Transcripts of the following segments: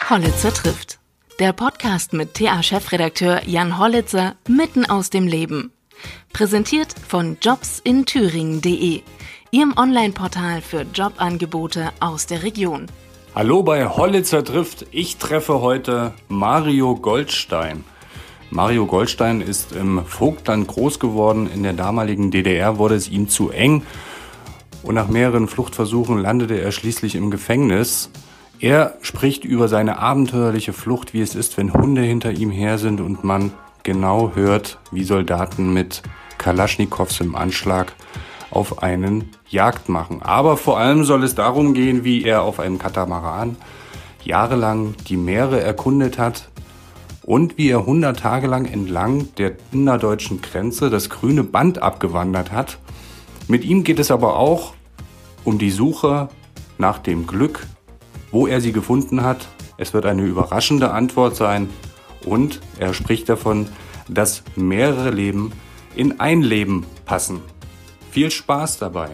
Hollitzer trifft. Der Podcast mit TA-Chefredakteur Jan Hollitzer mitten aus dem Leben. Präsentiert von jobsinthüringen.de, Ihrem Online-Portal für Jobangebote aus der Region. Hallo bei Hollitzer trifft. Ich treffe heute Mario Goldstein. Mario Goldstein ist im Vogtland groß geworden. In der damaligen DDR wurde es ihm zu eng. Und nach mehreren Fluchtversuchen landete er schließlich im Gefängnis. Er spricht über seine abenteuerliche Flucht, wie es ist, wenn Hunde hinter ihm her sind und man genau hört, wie Soldaten mit Kalaschnikows im Anschlag auf einen Jagd machen. Aber vor allem soll es darum gehen, wie er auf einem Katamaran jahrelang die Meere erkundet hat und wie er 100 Tage lang entlang der innerdeutschen Grenze das grüne Band abgewandert hat. Mit ihm geht es aber auch um die Suche nach dem Glück, wo er sie gefunden hat. Es wird eine überraschende Antwort sein und er spricht davon, dass mehrere Leben in ein Leben passen. Viel Spaß dabei.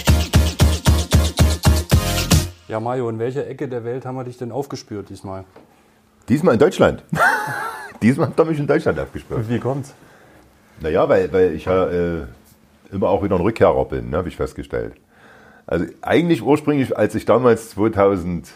Ja, Mario, in welcher Ecke der Welt haben wir dich denn aufgespürt diesmal? Diesmal in Deutschland. Diesmal habt ihr mich in Deutschland aufgespürt. Und wie kommt's? Naja, weil ich ja immer auch wieder ein Rückkehrer bin, habe ich festgestellt. Also eigentlich ursprünglich, als ich damals 2002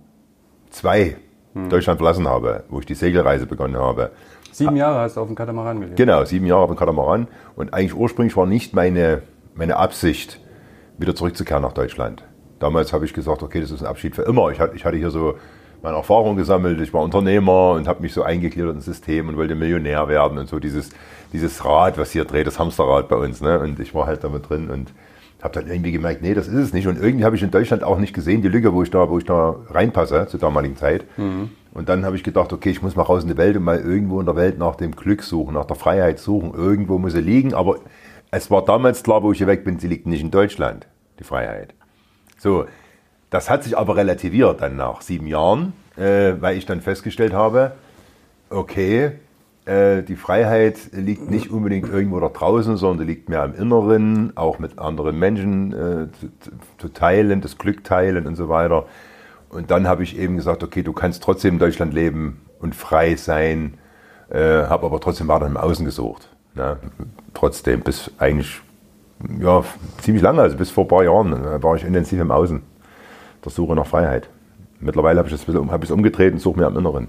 Deutschland verlassen habe, wo ich die Segelreise begonnen habe. 7 Jahre hast du auf dem Katamaran gelebt? Genau, 7 Jahre auf dem Katamaran. Und eigentlich ursprünglich war nicht meine Absicht, wieder zurückzukehren nach Deutschland. Damals habe ich gesagt, okay, das ist ein Abschied für immer. Ich hatte hier so meine Erfahrung gesammelt. Ich war Unternehmer und habe mich so eingegliedert ins System und wollte Millionär werden und so dieses Rad, was hier dreht, das Hamsterrad bei uns. Ne? Und ich war halt damit drin und habe dann irgendwie gemerkt, nee, das ist es nicht. Und irgendwie habe ich in Deutschland auch nicht gesehen, die Lücke, wo ich da reinpasse zur damaligen Zeit. Mhm. Und dann habe ich gedacht, okay, ich muss mal raus in die Welt und mal irgendwo in der Welt nach dem Glück suchen, nach der Freiheit suchen. Irgendwo muss sie liegen. Aber es war damals klar, wo ich hier weg bin, sie liegt nicht in Deutschland, die Freiheit. So, das hat sich aber relativiert dann nach 7 Jahren, weil ich dann festgestellt habe, okay, die Freiheit liegt nicht unbedingt irgendwo da draußen, sondern liegt mehr im Inneren, auch mit anderen Menschen zu teilen, das Glück teilen und so weiter. Und dann habe ich eben gesagt, okay, du kannst trotzdem in Deutschland leben und frei sein, habe aber trotzdem weiter im Außen gesucht. Ne? Trotzdem bis eigentlich ja, ziemlich lange, also bis vor ein paar Jahren war ich intensiv im Außen, der Suche nach Freiheit. Mittlerweile habe ich es umgedreht und suche mehr im Inneren.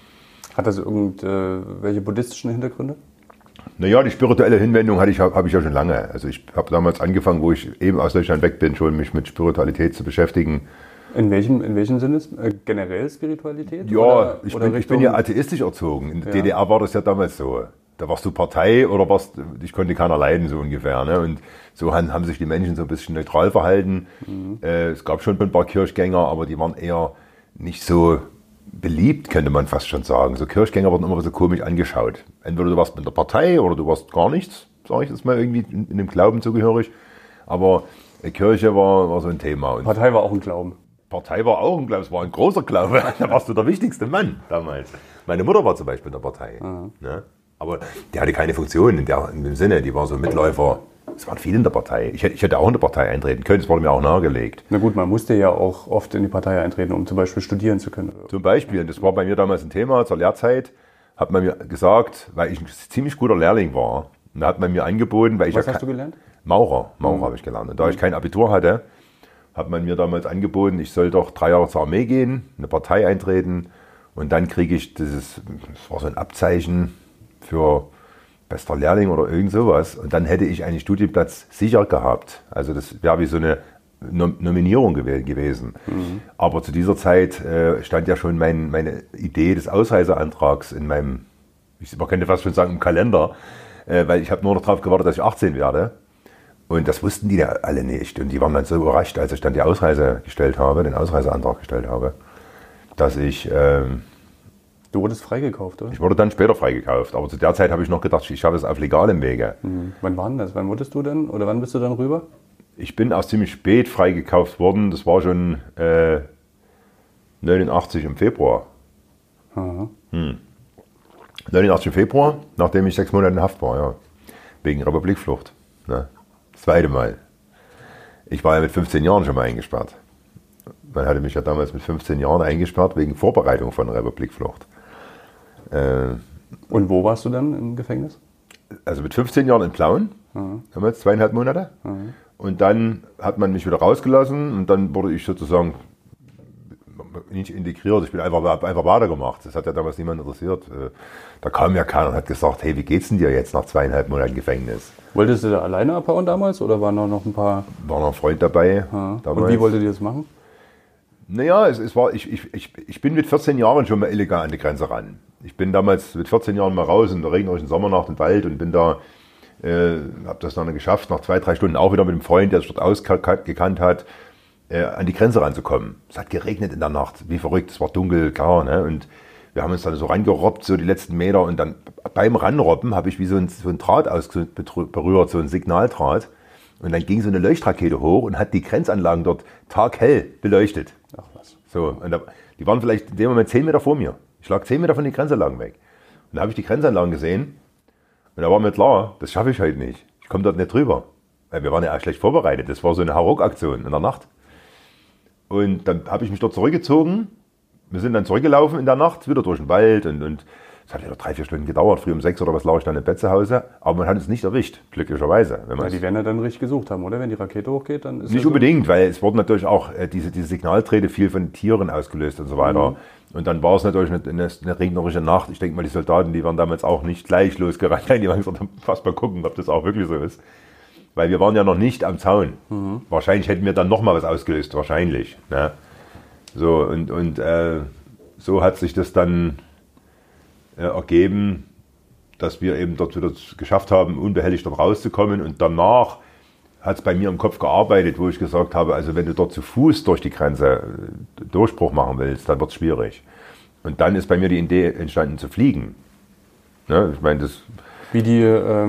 Hat das irgendwelche buddhistischen Hintergründe? Naja, die spirituelle Hinwendung habe ich ja schon lange. Also ich habe damals angefangen, wo ich eben aus Deutschland weg bin, schon mich mit Spiritualität zu beschäftigen. In welchem Sinne? Generell Spiritualität? Ja, ich bin ja atheistisch erzogen. In der DDR war das ja damals so. Da warst du Partei oder ich konnte keiner leiden, so ungefähr. Ne? Und so haben sich die Menschen so ein bisschen neutral verhalten. Mhm. Es gab schon ein paar Kirchgänger, aber die waren eher nicht so beliebt, könnte man fast schon sagen. So Kirchgänger wurden immer so komisch angeschaut. Entweder du warst mit der Partei oder du warst gar nichts, sage ich jetzt mal, irgendwie in dem Glauben zugehörig. Aber Kirche war so ein Thema. Und Partei war auch ein Glauben. Partei war auch ein Glaube, es war ein großer Glaube. Da warst du der wichtigste Mann damals. Meine Mutter war zum Beispiel in der Partei. Mhm. Ne? Aber die hatte keine Funktion in dem Sinne, die war so Mitläufer. Es waren viele in der Partei. Ich hätte auch in der Partei eintreten können, das wurde mir auch nahegelegt. Na gut, man musste ja auch oft in die Partei eintreten, um zum Beispiel studieren zu können. Zum Beispiel, und das war bei mir damals ein Thema zur Lehrzeit, hat man mir gesagt, weil ich ein ziemlich guter Lehrling war, und da hat man mir angeboten, weil ich Was hast du gelernt? Maurer habe ich gelernt. Und da ich kein Abitur hatte, hat man mir damals angeboten, ich soll doch 3 Jahre zur Armee gehen, eine Partei eintreten und dann kriege ich das war so ein Abzeichen für bester Lehrling oder irgend sowas. Und dann hätte ich einen Studienplatz sicher gehabt. Also das wäre wie so eine Nominierung gewesen. Mhm. Aber zu dieser Zeit stand ja schon meine Idee des Ausreiseantrags in meinem, man könnte fast schon sagen, im Kalender, weil ich habe nur noch darauf gewartet, dass ich 18 werde. Und das wussten die ja alle nicht. Und die waren dann so überrascht, als ich dann den Ausreiseantrag gestellt habe, dass ich... Du wurdest freigekauft, oder? Ich wurde dann später freigekauft, aber zu der Zeit habe ich noch gedacht, ich schaffe es auf legalem Wege. Mhm. Wann war denn das? Wann wurdest du denn, oder wann bist du dann rüber? Ich bin erst ziemlich spät freigekauft worden, das war schon 89 im Februar. Aha. 89 im Februar, nachdem ich 6 Monate in Haft war, ja. Wegen Republikflucht. Ne? Das zweite Mal. Ich war ja mit 15 Jahren schon mal eingesperrt. Man hatte mich ja damals mit 15 Jahren eingesperrt wegen Vorbereitung von Republikflucht. Und wo warst du dann im Gefängnis? Also mit 15 Jahren in Plauen, damals 2,5 Monate. Und dann hat man mich wieder rausgelassen und dann wurde ich sozusagen nicht integriert. Ich bin einfach weitergemacht. Das hat ja damals niemand interessiert. Da kam ja keiner und hat gesagt, hey, wie geht's denn dir jetzt nach 2,5 Monaten Gefängnis? Wolltest du da alleine abhauen damals oder waren da noch ein paar? War noch ein Freund dabei. Und wie wolltet ihr das machen? Naja, ich bin mit 14 Jahren schon mal illegal an die Grenze ran. Ich bin damals mit 14 Jahren mal raus in der regnerischen Sommernacht im Wald und bin da, habe das dann geschafft, nach 2-3 Stunden auch wieder mit einem Freund, der sich dort ausgekannt hat, an die Grenze ranzukommen. Es hat geregnet in der Nacht, wie verrückt, es war dunkel, klar, ne? Und wir haben uns dann so rangerobbt, so die letzten Meter, und dann beim Ranrobben habe ich wie so ein Draht berührt, so ein Signaldraht. Und dann ging so eine Leuchtrakete hoch und hat die Grenzanlagen dort taghell beleuchtet. Ach was. So, und die waren vielleicht in dem Moment 10 Meter vor mir. Ich lag 10 Meter von den Grenzanlagen weg. Und da habe ich die Grenzanlagen gesehen und da war mir klar, das schaffe ich heute nicht. Ich komme dort nicht drüber. Weil wir waren ja auch schlecht vorbereitet. Das war so eine Hauruck-Aktion in der Nacht. Und dann habe ich mich dort zurückgezogen. Wir sind dann zurückgelaufen in der Nacht, wieder durch den Wald. Und es hat wieder 3-4 Stunden gedauert. Früh um 6 oder was lag ich dann im Bett zu Hause. Aber man hat uns nicht erwischt, glücklicherweise. Die werden ja dann richtig gesucht haben, oder? Wenn die Rakete hochgeht, dann ist nicht unbedingt, weil es wurden natürlich auch diese Signalträte viel von Tieren ausgelöst und so weiter. Und dann war es natürlich eine regnerische Nacht. Ich denke mal, die Soldaten, die waren damals auch nicht gleich losgerannt. Die haben gesagt, fast mal gucken, ob das auch wirklich so ist. Weil wir waren ja noch nicht am Zaun. Wahrscheinlich hätten wir dann noch mal was ausgelöst, wahrscheinlich. Ne? So, und so hat sich das dann ergeben, dass wir eben dort wieder geschafft haben, unbehelligt dort rauszukommen. Und danach hat es bei mir im Kopf gearbeitet, wo ich gesagt habe, also wenn du dort zu Fuß durch die Grenze Durchbruch machen willst, dann wird es schwierig. Und dann ist bei mir die Idee entstanden, zu fliegen. Ne? Ich meine, das... Wie die...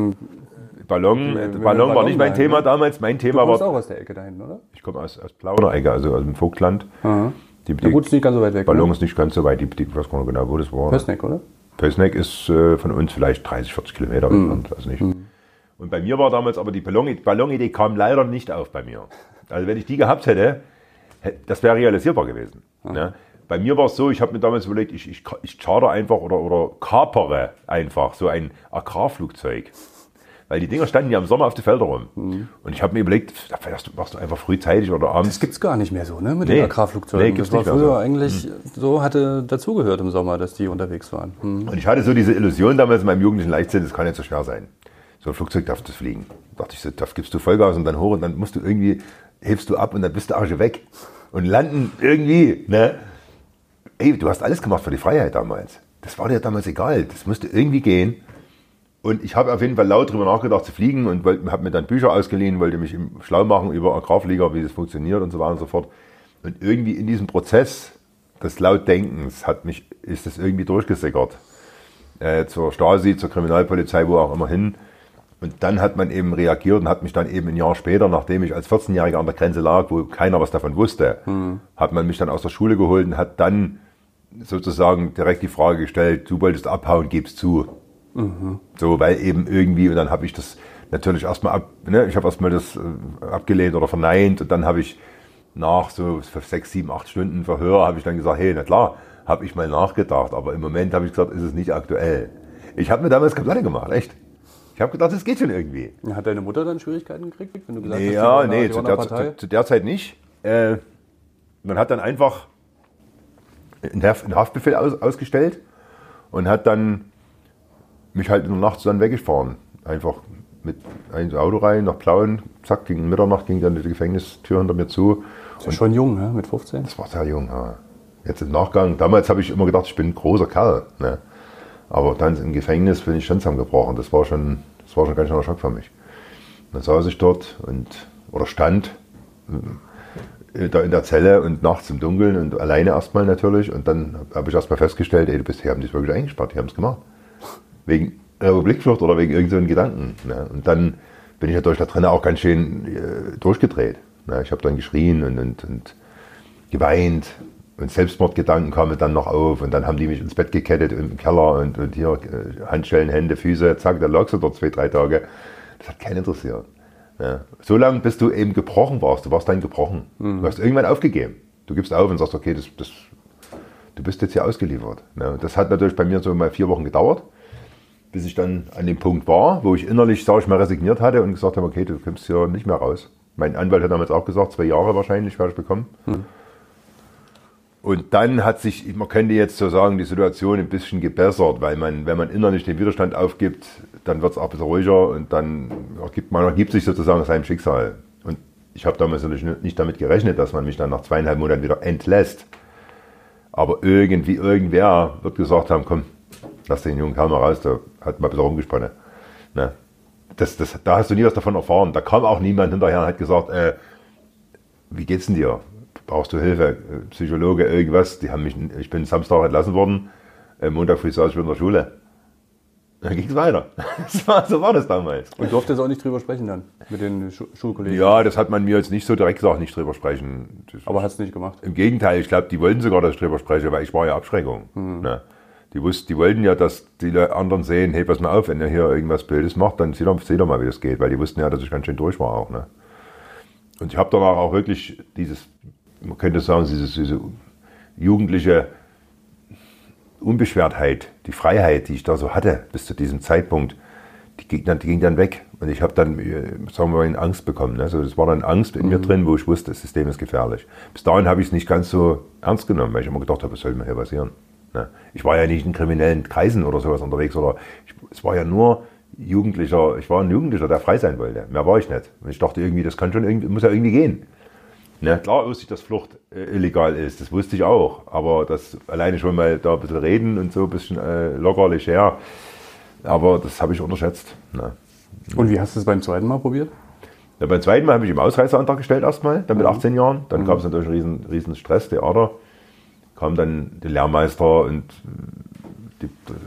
Ballon war nicht mein Thema damals. Mein Thema war... Du kommst auch aus der Ecke da hinten, oder? Ich komme aus Plauner Ecke, also aus dem Vogtland. Ja gut, ist nicht ganz so weit weg. Ballon ne? ist nicht ganz so weit. Ich weiß gar nicht genau, wo das war. Pößneck, oder? Pößneck ist von uns vielleicht 30-40 Kilometer entfernt. Also nicht. Und bei mir war damals aber die Ballonidee kam leider nicht auf bei mir. Also wenn ich die gehabt hätte, das wäre realisierbar gewesen. Ne? Bei mir war es so, ich habe mir damals überlegt, ich charter einfach oder kapere einfach so ein Agrarflugzeug. Weil die Dinger standen ja im Sommer auf den Feldern rum. Und ich habe mir überlegt, machst du einfach frühzeitig oder abends. Das gibt es gar nicht mehr so, ne? Mit den Agrarflugzeugen. Nee, das war früher eigentlich so, hatte dazugehört im Sommer, dass die unterwegs waren. Und ich hatte so diese Illusion damals in meinem jugendlichen Leichtsinn, das kann nicht so schwer sein. So ein Flugzeug darf das fliegen. Da dachte ich so, da gibst du Vollgas und dann hoch und dann musst du irgendwie, hebst du ab und dann bist du auch schon weg. Und landen irgendwie, ne? Ey, du hast alles gemacht für die Freiheit damals. Das war dir damals egal. Das musste irgendwie gehen. Und ich habe auf jeden Fall laut drüber nachgedacht zu fliegen und habe mir dann Bücher ausgeliehen, wollte mich schlau machen über Agrarflieger, wie das funktioniert und so weiter und so fort. Und irgendwie in diesem Prozess des Lautdenkens ist das irgendwie durchgesickert. Zur Stasi, zur Kriminalpolizei, wo auch immer hin. Und dann hat man eben reagiert und hat mich dann eben ein Jahr später, nachdem ich als 14-Jähriger an der Grenze lag, wo keiner was davon wusste, hat man mich dann aus der Schule geholt und hat dann sozusagen direkt die Frage gestellt, du wolltest abhauen, gib's zu. So, weil eben irgendwie, und dann habe ich das natürlich erstmal ich habe erstmal das abgelehnt oder verneint und dann habe ich nach so 6, 7, 8 Stunden Verhör habe ich dann gesagt, hey, na klar, habe ich mal nachgedacht, aber im Moment habe ich gesagt, ist es nicht aktuell. Ich habe mir damals keine Platte gemacht, echt. Ich habe gedacht, das geht schon irgendwie. Hat deine Mutter dann Schwierigkeiten gekriegt, wenn du gesagt hast, zu der Zeit nicht. Man hat dann einfach einen Haftbefehl ausgestellt und hat dann mich halt in der Nacht dann weggefahren. Einfach mit ins Auto rein, nach Plauen, zack, gegen Mitternacht ging dann die Gefängnistür hinter mir zu. Das ist schon jung, ne? Mit 15? Das war sehr jung, ja. Jetzt im Nachgang, damals habe ich immer gedacht, ich bin ein großer Kerl. Ne? Aber dann im Gefängnis bin ich schon zusammengebrochen. Das war schon ein ganz schöner Schock für mich. Und dann saß ich dort oder stand da in der Zelle und nachts im Dunkeln und alleine erstmal natürlich. Und dann habe ich erstmal festgestellt, ey, die haben dich wirklich eingesperrt, die haben es gemacht. Wegen Republikflucht oder wegen irgendeinem Gedanken. Ne? Und dann bin ich natürlich da drin auch ganz schön durchgedreht. Ne? Ich habe dann geschrien und geweint und Selbstmordgedanken kamen dann noch auf und dann haben die mich ins Bett gekettet im Keller und hier Handschellen, Hände, Füße, zack, dann lagst du dort 2-3 Tage. Das hat keinen interessiert. Ne? So lange, bis du eben gebrochen warst. Du warst dann gebrochen. Du hast irgendwann aufgegeben. Du gibst auf und sagst, okay, du bist jetzt hier ausgeliefert. Ne? Das hat natürlich bei mir so mal 4 Wochen gedauert, bis ich dann an dem Punkt war, wo ich innerlich, sag ich mal, resigniert hatte und gesagt habe, okay, du kommst hier nicht mehr raus. Mein Anwalt hat damals auch gesagt, 2 Jahre wahrscheinlich werde ich bekommen. Und dann hat sich, man könnte jetzt so sagen, die Situation ein bisschen gebessert, weil wenn man innerlich den Widerstand aufgibt, dann wird es auch ein bisschen ruhiger und dann ergibt sich sozusagen seinem Schicksal. Und ich habe damals natürlich nicht damit gerechnet, dass man mich dann nach 2,5 Monaten wieder entlässt. Aber irgendwer wird gesagt haben, komm, lass den jungen Kerl mal raus, der hat mal ein bisschen rumgesponnen. Ne? Da hast du nie was davon erfahren. Da kam auch niemand hinterher und hat gesagt, wie geht's denn dir? Brauchst du Hilfe? Psychologe, irgendwas? Ich bin Samstag entlassen worden, Montag früh saß ich wieder in der Schule. Dann ging es weiter. So war das damals. Und durftest auch nicht drüber sprechen dann mit den Schulkollegen? Ja, das hat man mir jetzt nicht so direkt gesagt, nicht drüber sprechen. Aber hast du nicht gemacht? Im Gegenteil, ich glaube, die wollten sogar, dass ich drüber spreche, weil ich war ja Abschreckung. Ne? Die wollten ja, dass die anderen sehen, hey, pass mal auf, wenn ihr hier irgendwas Blödes macht, dann seht doch mal, wie das geht. Weil die wussten ja, dass ich ganz schön durch war auch. Ne? Und ich habe danach auch wirklich man könnte sagen, diese jugendliche Unbeschwertheit, die Freiheit, die ich da so hatte bis zu diesem Zeitpunkt, die ging dann weg. Und ich habe dann, sagen wir mal, Angst bekommen. Also das war dann Angst in mir drin, wo ich wusste, das System ist gefährlich. Bis dahin habe ich es nicht ganz so ernst genommen, weil ich immer gedacht habe, was soll mir hier passieren? Ne? Ich war ja nicht in kriminellen Kreisen oder sowas unterwegs. Es war ja nur Jugendlicher, ich war ein Jugendlicher, der frei sein wollte. Mehr war ich nicht. Und ich dachte irgendwie, das kann muss ja irgendwie gehen. Ne, klar wusste ich, dass Flucht illegal ist, das wusste ich auch, aber das alleine schon mal da ein bisschen reden und so ein bisschen locker, leger, aber das habe ich unterschätzt. Ne. Und wie hast du es beim zweiten Mal probiert? Ja, beim zweiten Mal habe ich im Ausreiseantrag gestellt erstmal, dann mit 18 Jahren, dann gab es natürlich einen riesen Stress, Theater, kam dann der Lehrmeister und der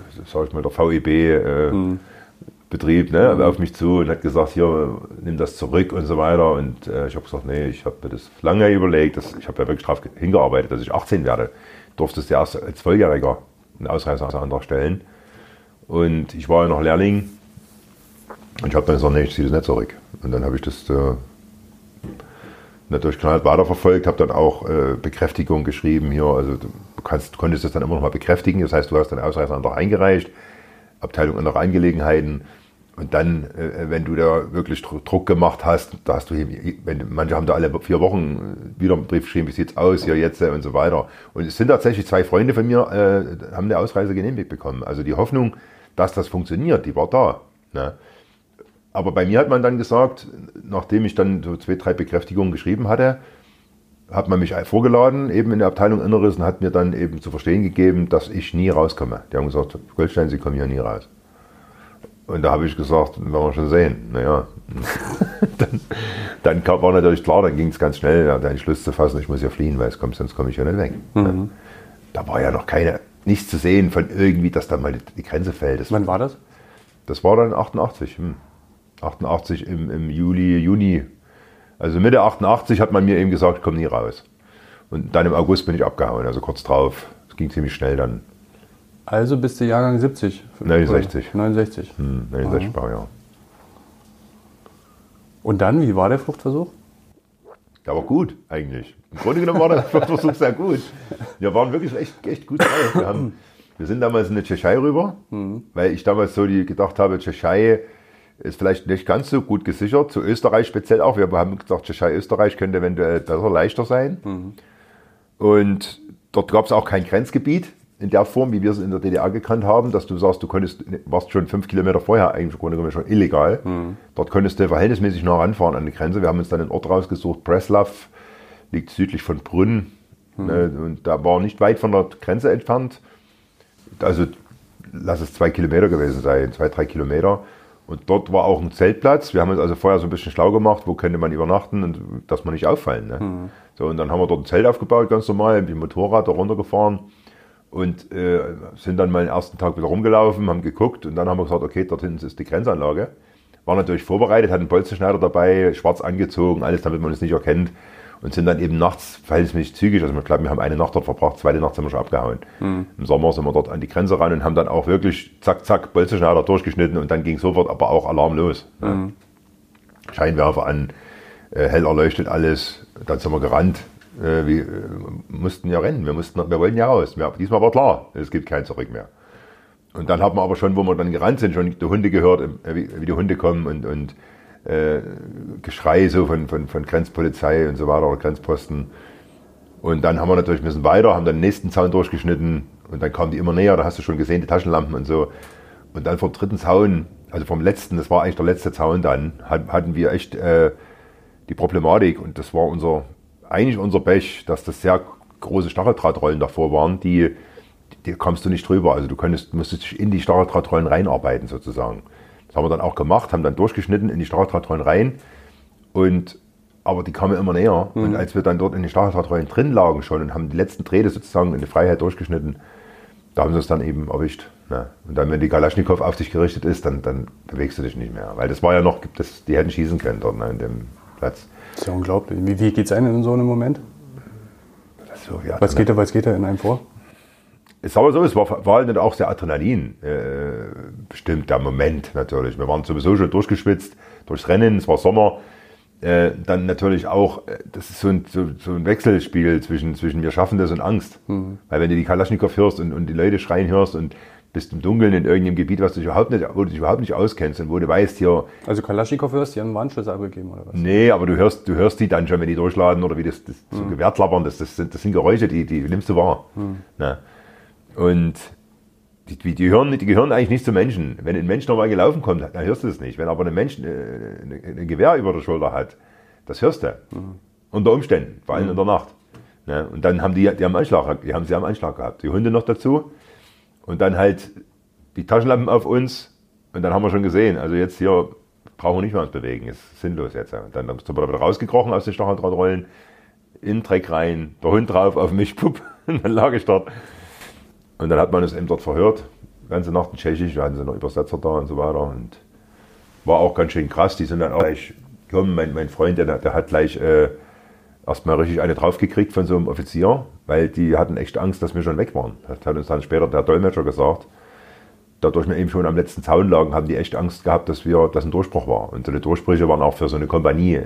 VEB Betrieb, ne, auf mich zu und hat gesagt, hier, nimm das zurück und so weiter. Und ich habe gesagt, nee, ich habe mir das lange überlegt, ich habe ja wirklich darauf hingearbeitet, dass ich 18 werde. Durfte es erst als Volljähriger einen Ausreiseantrag stellen. Und ich war ja noch Lehrling und ich habe dann gesagt, nee, ich ziehe das nicht zurück. Und dann habe ich das natürlich knallhart weiterverfolgt, habe dann auch Bekräftigung geschrieben hier, also du konntest das dann immer noch mal bekräftigen, das heißt, du hast deinen Ausreiseantrag eingereicht, Abteilung anderer Angelegenheiten. Und dann, wenn du da wirklich Druck gemacht hast, da hast du, manche haben da alle 4 Wochen wieder einen Brief geschrieben, wie sieht's aus, hier jetzt und so weiter. Und es sind tatsächlich 2 Freunde von mir, haben eine Ausreise genehmigt bekommen. Also die Hoffnung, dass das funktioniert, die war da. Ne? Aber bei mir hat man dann gesagt, nachdem ich dann so 2, 3 Bekräftigungen geschrieben hatte, hat man mich vorgeladen, eben in der Abteilung Inneres und hat mir dann eben zu verstehen gegeben, dass ich nie rauskomme. Die haben gesagt, Goldstein, Sie kommen hier nie raus. Und da habe ich gesagt, werden wir schon sehen. Naja, dann war natürlich klar, dann ging es ganz schnell, den Entschluss zu fassen, ich muss ja fliehen, weil sonst komme ich ja nicht weg. Mhm. Da war ja noch nichts zu sehen von irgendwie, dass da mal die Grenze fällt. Wann war das? Das war dann 88. 88 im Juni. Also Mitte 88 hat man mir eben gesagt, ich komme nie raus. Und dann im August bin ich abgehauen, also kurz drauf. Es ging ziemlich schnell dann. Also bist du Jahrgang 70? 69. 69. 69 Baujahr. Und dann, wie war der Fluchtversuch? Der war gut, eigentlich. Im Grunde genommen war der Fluchtversuch sehr gut. Wir waren wirklich echt gut drauf. Wir sind damals in die Tschechei rüber, weil ich damals so gedacht habe, Tschechei ist vielleicht nicht ganz so gut gesichert, zu Österreich speziell auch. Wir haben gesagt, Tschechei, Österreich könnte eventuell besser, leichter sein. Und dort gab es auch kein Grenzgebiet in der Form, wie wir es in der DDR gekannt haben, dass du sagst, warst schon 5 Kilometer vorher eigentlich im Grunde genommen schon illegal. Dort konntest du verhältnismäßig nah ranfahren an die Grenze. Wir haben uns dann einen Ort rausgesucht, Breslav, liegt südlich von Brünn. Und da war nicht weit von der Grenze entfernt. Also lass es 2 Kilometer gewesen sein, 2-3 Kilometer. Und dort war auch ein Zeltplatz. Wir haben uns also vorher so ein bisschen schlau gemacht, wo könnte man übernachten, und dass man nicht auffallen. Ne? So, und dann haben wir dort ein Zelt aufgebaut, ganz normal, mit dem Motorrad da runtergefahren und sind dann mal den ersten Tag wieder rumgelaufen, haben geguckt und dann haben wir gesagt, okay, dort hinten ist die Grenzanlage. War natürlich vorbereitet, hatten einen Bolzenschneider dabei, schwarz angezogen, alles, damit man es nicht erkennt. Und sind dann eben nachts verhältnismäßig zügig, also ich glaube, wir haben eine Nacht dort verbracht, 2. Nacht sind wir schon abgehauen. Im Sommer sind wir dort an die Grenze ran und haben dann auch wirklich zack, zack, Bolzenschneider durchgeschnitten und dann ging sofort aber auch Alarm los. Scheinwerfer an, hell erleuchtet alles, dann sind wir gerannt, mussten ja rennen, wir wollten ja raus. Diesmal war klar, es gibt kein Zurück mehr. Und dann haben wir aber schon, wo wir dann gerannt sind, schon die Hunde gehört, wie die Hunde kommen und Geschrei so von Grenzpolizei und so weiter, oder Grenzposten. Und dann haben wir natürlich ein bisschen weiter, haben dann den nächsten Zaun durchgeschnitten und dann kamen die immer näher, da hast du schon gesehen, die Taschenlampen und so. Und dann vom dritten Zaun, also vom letzten, das war eigentlich der letzte Zaun dann, hatten wir echt die Problematik, und das war eigentlich unser Pech, dass das sehr große Stacheldrahtrollen davor waren, die kommst du nicht drüber. Also du musstest dich in die Stacheldrahtrollen reinarbeiten sozusagen. Das haben wir dann auch gemacht, haben dann durchgeschnitten in die Stacheldrahtrollen rein, aber die kamen immer näher. Mhm. Und als wir dann dort in den Stacheldrahtrollen drin lagen schon und haben die letzten Drähte sozusagen in die Freiheit durchgeschnitten, da haben sie uns dann eben erwischt. Ne? Und dann, wenn die Kalaschnikow auf dich gerichtet ist, dann bewegst du dich nicht mehr. Weil das war ja noch, die hätten schießen können dort, ne, in dem Platz. Das ist ja unglaublich. Wie geht es einem in so einem Moment? So, ja, was geht da in einem vor? Es war so, es war halt auch sehr Adrenalin bestimmt, der Moment natürlich. Wir waren sowieso schon durchgeschwitzt durchs Rennen, es war Sommer. Dann natürlich auch, das ist so ein Wechselspiel zwischen wir schaffen das und Angst. Mhm. Weil wenn du die Kalaschnikow hörst und die Leute schreien hörst und bist im Dunkeln in irgendeinem Gebiet, wo du dich überhaupt nicht auskennst und wo du weißt hier... Also Kalaschnikow hörst, die haben einen Warnschüsse abgegeben oder was? Nee, aber du hörst die dann schon, wenn die durchladen oder wie das so Gewehr klappern, das sind Geräusche, die nimmst du wahr. Mhm. Na. Und die gehören eigentlich nicht zu Menschen. Wenn ein Mensch normal gelaufen kommt, dann hörst du das nicht. Wenn aber ein Mensch ein Gewehr über der Schulter hat, das hörst du. Mhm. Unter Umständen, vor allem in der Nacht. Ne? Und dann haben die haben sie am Anschlag gehabt. Die Hunde noch dazu. Und dann halt die Taschenlampen auf uns. Und dann haben wir schon gesehen, also jetzt hier brauchen wir nicht mehr uns bewegen. Ist sinnlos jetzt. Und dann sind wir wieder rausgekrochen aus den Stacheldrahtrollen, in den Dreck rein, der Hund drauf auf mich, pup, und dann lag ich dort. Und dann hat man es eben dort verhört, die ganze Nacht in Tschechisch, da hatten sie noch Übersetzer da und so weiter. Und war auch ganz schön krass, die sind dann auch gleich gekommen, mein Freund, der hat gleich erstmal richtig eine draufgekriegt von so einem Offizier, weil die hatten echt Angst, dass wir schon weg waren. Das hat uns dann später der Dolmetscher gesagt. Dadurch wir eben schon am letzten Zaun lagen, haben die echt Angst gehabt, dass ein Durchbruch war. Und so eine Durchbrüche waren auch für so eine Kompanie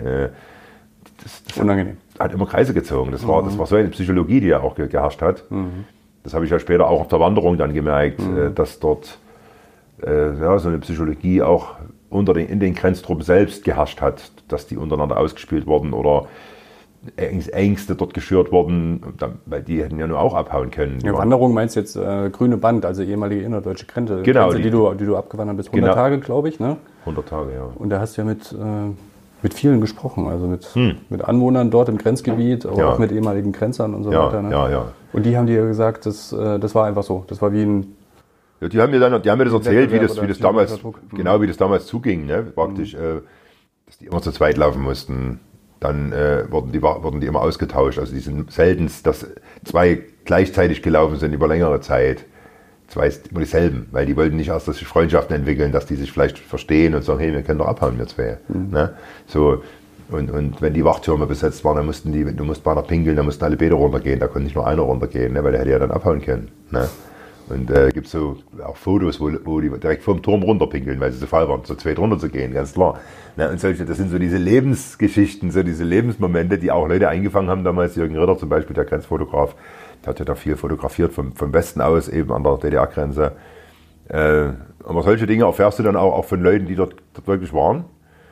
das unangenehm. Hat immer Kreise gezogen. Das war so eine Psychologie, die ja auch geherrscht hat. Mhm. Das habe ich ja später auch auf der Wanderung dann gemerkt, dass dort so eine Psychologie auch in den Grenztruppen selbst geherrscht hat, dass die untereinander ausgespielt wurden oder Ängste dort geschürt wurden, weil die hätten ja nur auch abhauen können. Ja, Wanderung meinst du jetzt grüne Band, also ehemalige innerdeutsche Grenze, genau, die du abgewandert bist, 100 Tage, glaube ich, ne? 100 Tage, ja. Und da hast du ja mit vielen gesprochen, also mit Anwohnern dort im Grenzgebiet, aber auch mit ehemaligen Grenzern und so weiter. Ne? Ja. Und die haben dir gesagt, das war einfach so, das war wie ein... Ja, die haben mir das erzählt, wie das damals zuging, ne? Praktisch, dass die immer zu zweit laufen mussten. Dann wurden die immer ausgetauscht. Also die sind selten, dass zwei gleichzeitig gelaufen sind über längere Zeit. Zwei immer dieselben, weil die wollten nicht erst, dass sich Freundschaften entwickeln, dass die sich vielleicht verstehen und sagen, hey, wir können doch abhauen, wir zwei. Mhm. Ne? So, und wenn die Wachtürme besetzt waren, dann du musst bei einer pinkeln, dann mussten alle Bäder runtergehen, da konnte nicht nur einer runtergehen, ne? Weil der hätte ja dann abhauen können. Ne? Und gibt es so auch Fotos, wo die direkt vom Turm runterpinkeln, weil sie so faul waren, so zweit runter zu gehen, ganz klar. Ne? Und das sind so diese Lebensgeschichten, so diese Lebensmomente, die auch Leute eingefangen haben damals. Jürgen Ritter zum Beispiel, der Grenzfotograf, der hat ja da viel fotografiert vom Westen aus, eben an der DDR-Grenze. Aber solche Dinge erfährst du dann auch von Leuten, die dort wirklich waren.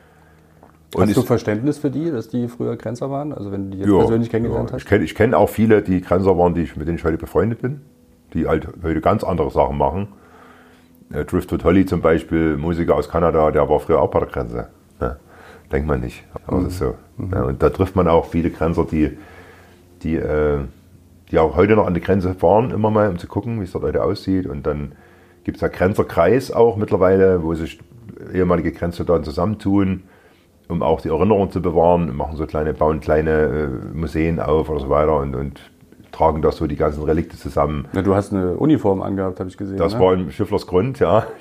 Und hast du Verständnis für die, dass die früher Grenzer waren? Also wenn du die jetzt persönlich kennengelernt hast? Ich kenn auch viele, die Grenzer waren, mit denen ich heute befreundet bin, die halt heute ganz andere Sachen machen. Driftwood Holly zum Beispiel, Musiker aus Kanada, der war früher auch bei der Grenze. Ne? Denkt man nicht, aber das ist so. Mhm. Ja, und da trifft man auch viele Grenzer, die auch heute noch an die Grenze fahren, immer mal, um zu gucken, wie es dort heute aussieht. Und dann gibt es ja Grenzerkreis auch mittlerweile, wo sich ehemalige Grenzsoldaten zusammentun, um auch die Erinnerung zu bewahren, bauen kleine Museen auf oder so weiter und tragen das so die ganzen Relikte zusammen. Ja, du hast eine Uniform angehabt, habe ich gesehen. Das war im Schifflersgrund,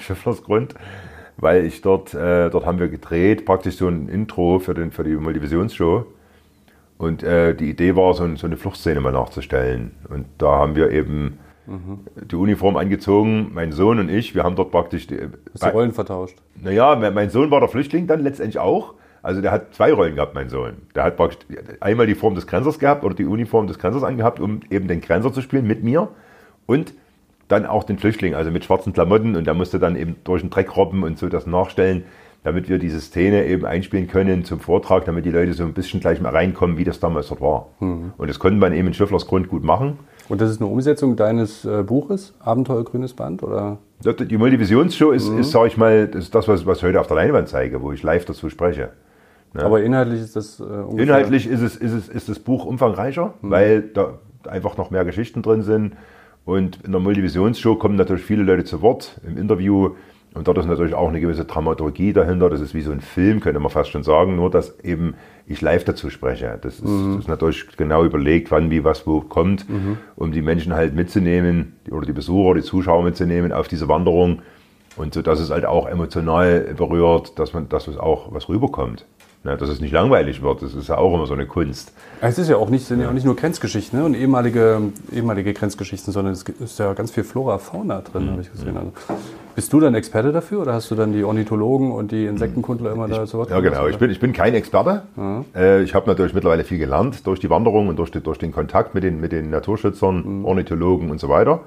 weil ich dort haben wir gedreht, praktisch so ein Intro für die Multivisionsshow. Und die Idee war, so eine Fluchtszene mal nachzustellen. Und da haben wir eben die Uniform angezogen, mein Sohn und ich. Wir haben dort praktisch... Hast du Rollen vertauscht? Naja, mein Sohn war der Flüchtling dann letztendlich auch. Also der hat 2 Rollen gehabt, mein Sohn. Der hat praktisch einmal die Form des Grenzers gehabt oder die Uniform des Grenzers angehabt, um eben den Grenzer zu spielen mit mir und dann auch den Flüchtling, also mit schwarzen Klamotten, und der musste dann eben durch den Dreck robben und so das nachstellen, damit wir diese Szene eben einspielen können zum Vortrag, damit die Leute so ein bisschen gleich mal reinkommen, wie das damals dort war. Und das konnte man eben in Schifflers Grund gut machen. Und das ist eine Umsetzung deines Buches, Abenteuer Grünes Band, oder? Die Multivisionsshow ist sage ich mal, das ist das, was ich heute auf der Leinwand zeige, wo ich live dazu spreche. Ne? Aber inhaltlich ist das ungefähr... Inhaltlich ist das Buch umfangreicher, weil da einfach noch mehr Geschichten drin sind. Und in der Multivisionsshow kommen natürlich viele Leute zu Wort im Interview. Und dort ist natürlich auch eine gewisse Dramaturgie dahinter. Das ist wie so ein Film, könnte man fast schon sagen. Nur, dass eben ich live dazu spreche. Das ist natürlich genau überlegt, wann, wie, was, wo kommt, um die Menschen halt mitzunehmen, oder die Besucher, die Zuschauer mitzunehmen auf diese Wanderung. Und so, dass es halt auch emotional berührt, dass es auch was rüberkommt. Ne, dass es nicht langweilig wird, das ist ja auch immer so eine Kunst. Es ist ja auch nicht, sind ja auch nicht nur Grenzgeschichten, ne? Und ehemalige Grenzgeschichten, sondern es ist ja ganz viel Flora, Fauna drin, habe ich gesehen. Also, bist du dann Experte dafür oder hast du dann die Ornithologen und die Insektenkundler immer da zu Wort? Ja, genau. Ich bin kein Experte. Ich habe natürlich mittlerweile viel gelernt durch die Wanderung und durch den Kontakt mit den Naturschützern, Ornithologen und so weiter.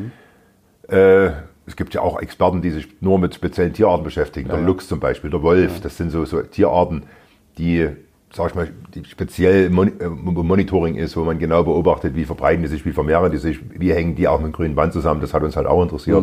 Es gibt ja auch Experten, die sich nur mit speziellen Tierarten beschäftigen. Der Luchs zum Beispiel, der Wolf, das sind so Tierarten, die, sag ich mal, die speziell Monitoring ist, wo man genau beobachtet, wie verbreiten die sich, wie vermehren die sich, wie hängen die auch mit dem grünen Band zusammen. Das hat uns halt auch interessiert.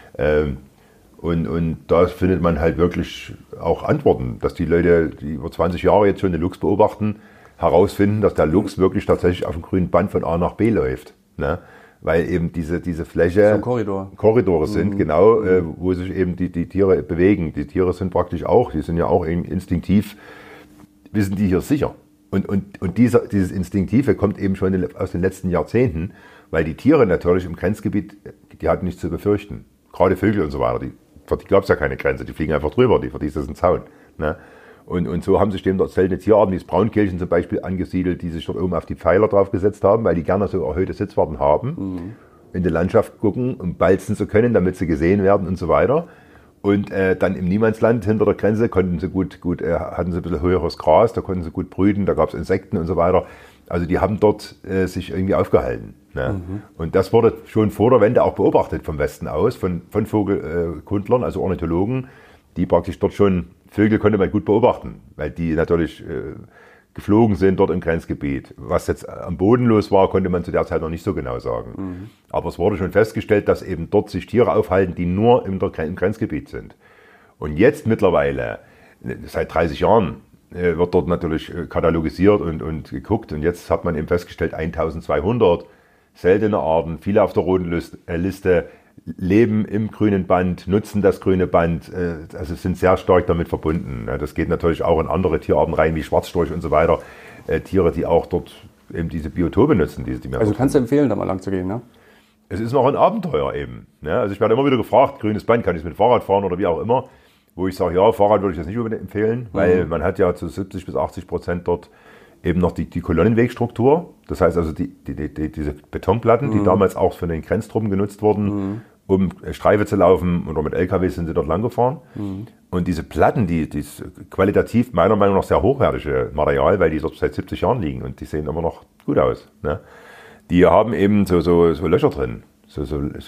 Und da findet man halt wirklich auch Antworten, dass die Leute, die über 20 Jahre jetzt schon den Luchs beobachten, herausfinden, dass der Luchs wirklich tatsächlich auf dem grünen Band von A nach B läuft. Ne? Weil eben diese Fläche Korridore sind, genau, wo sich eben die Tiere bewegen. Die Tiere sind praktisch auch, die sind ja auch instinktiv, wissen die hier sicher. Und dieses Instinktive kommt eben schon aus den letzten Jahrzehnten, weil die Tiere natürlich im Grenzgebiet, die hatten nichts zu befürchten. Gerade Vögel und so weiter, für die gab es ja keine Grenze, die fliegen einfach drüber, für die ist das ein Zaun. Ne? Und so haben sich eben dort seltene Tierarten, wie das Braunkehlchen zum Beispiel, angesiedelt, die sich dort oben auf die Pfeiler drauf gesetzt haben, weil die gerne so erhöhte Sitzwarten haben, in die Landschaft gucken, um balzen zu können, damit sie gesehen werden und so weiter. Und dann im Niemandsland hinter der Grenze konnten sie hatten sie ein bisschen höheres Gras, da konnten sie gut brüten, da gab es Insekten und so weiter. Also die haben dort sich irgendwie aufgehalten. Ne? Und das wurde schon vor der Wende auch beobachtet vom Westen aus, von Vogelkundlern, also Ornithologen, die praktisch dort schon, Vögel konnte man gut beobachten, weil die natürlich geflogen sind dort im Grenzgebiet. Was jetzt am Boden los war, konnte man zu der Zeit noch nicht so genau sagen. Aber es wurde schon festgestellt, dass eben dort sich Tiere aufhalten, die nur im Grenzgebiet sind. Und jetzt mittlerweile, seit 30 Jahren, wird dort natürlich katalogisiert und geguckt. Und jetzt hat man eben festgestellt, 1200 seltene Arten, viele auf der roten Liste, leben im grünen Band, nutzen das grüne Band, also sind sehr stark damit verbunden. Das geht natürlich auch in andere Tierarten rein, wie Schwarzstorch und so weiter. Tiere, die auch dort eben diese Biotope nutzen. Also kannst du empfehlen, da mal lang zu gehen, ne? Es ist noch ein Abenteuer eben. Ne? Also ich werde immer wieder gefragt, grünes Band, kann ich mit Fahrrad fahren oder wie auch immer? Wo ich sage, ja, Fahrrad würde ich das nicht unbedingt empfehlen, weil man hat ja zu 70-80% dort eben noch die Kolonnenwegstruktur. Das heißt also diese Betonplatten, die damals auch von den Grenztruppen genutzt wurden, um Streife zu laufen, oder mit LKWs sind sie dort lang gefahren. Und diese Platten, die ist qualitativ meiner Meinung nach sehr hochwertige Material, weil die dort seit 70 Jahren liegen und die sehen immer noch gut aus. Ne? Die haben eben so Löcher drin. So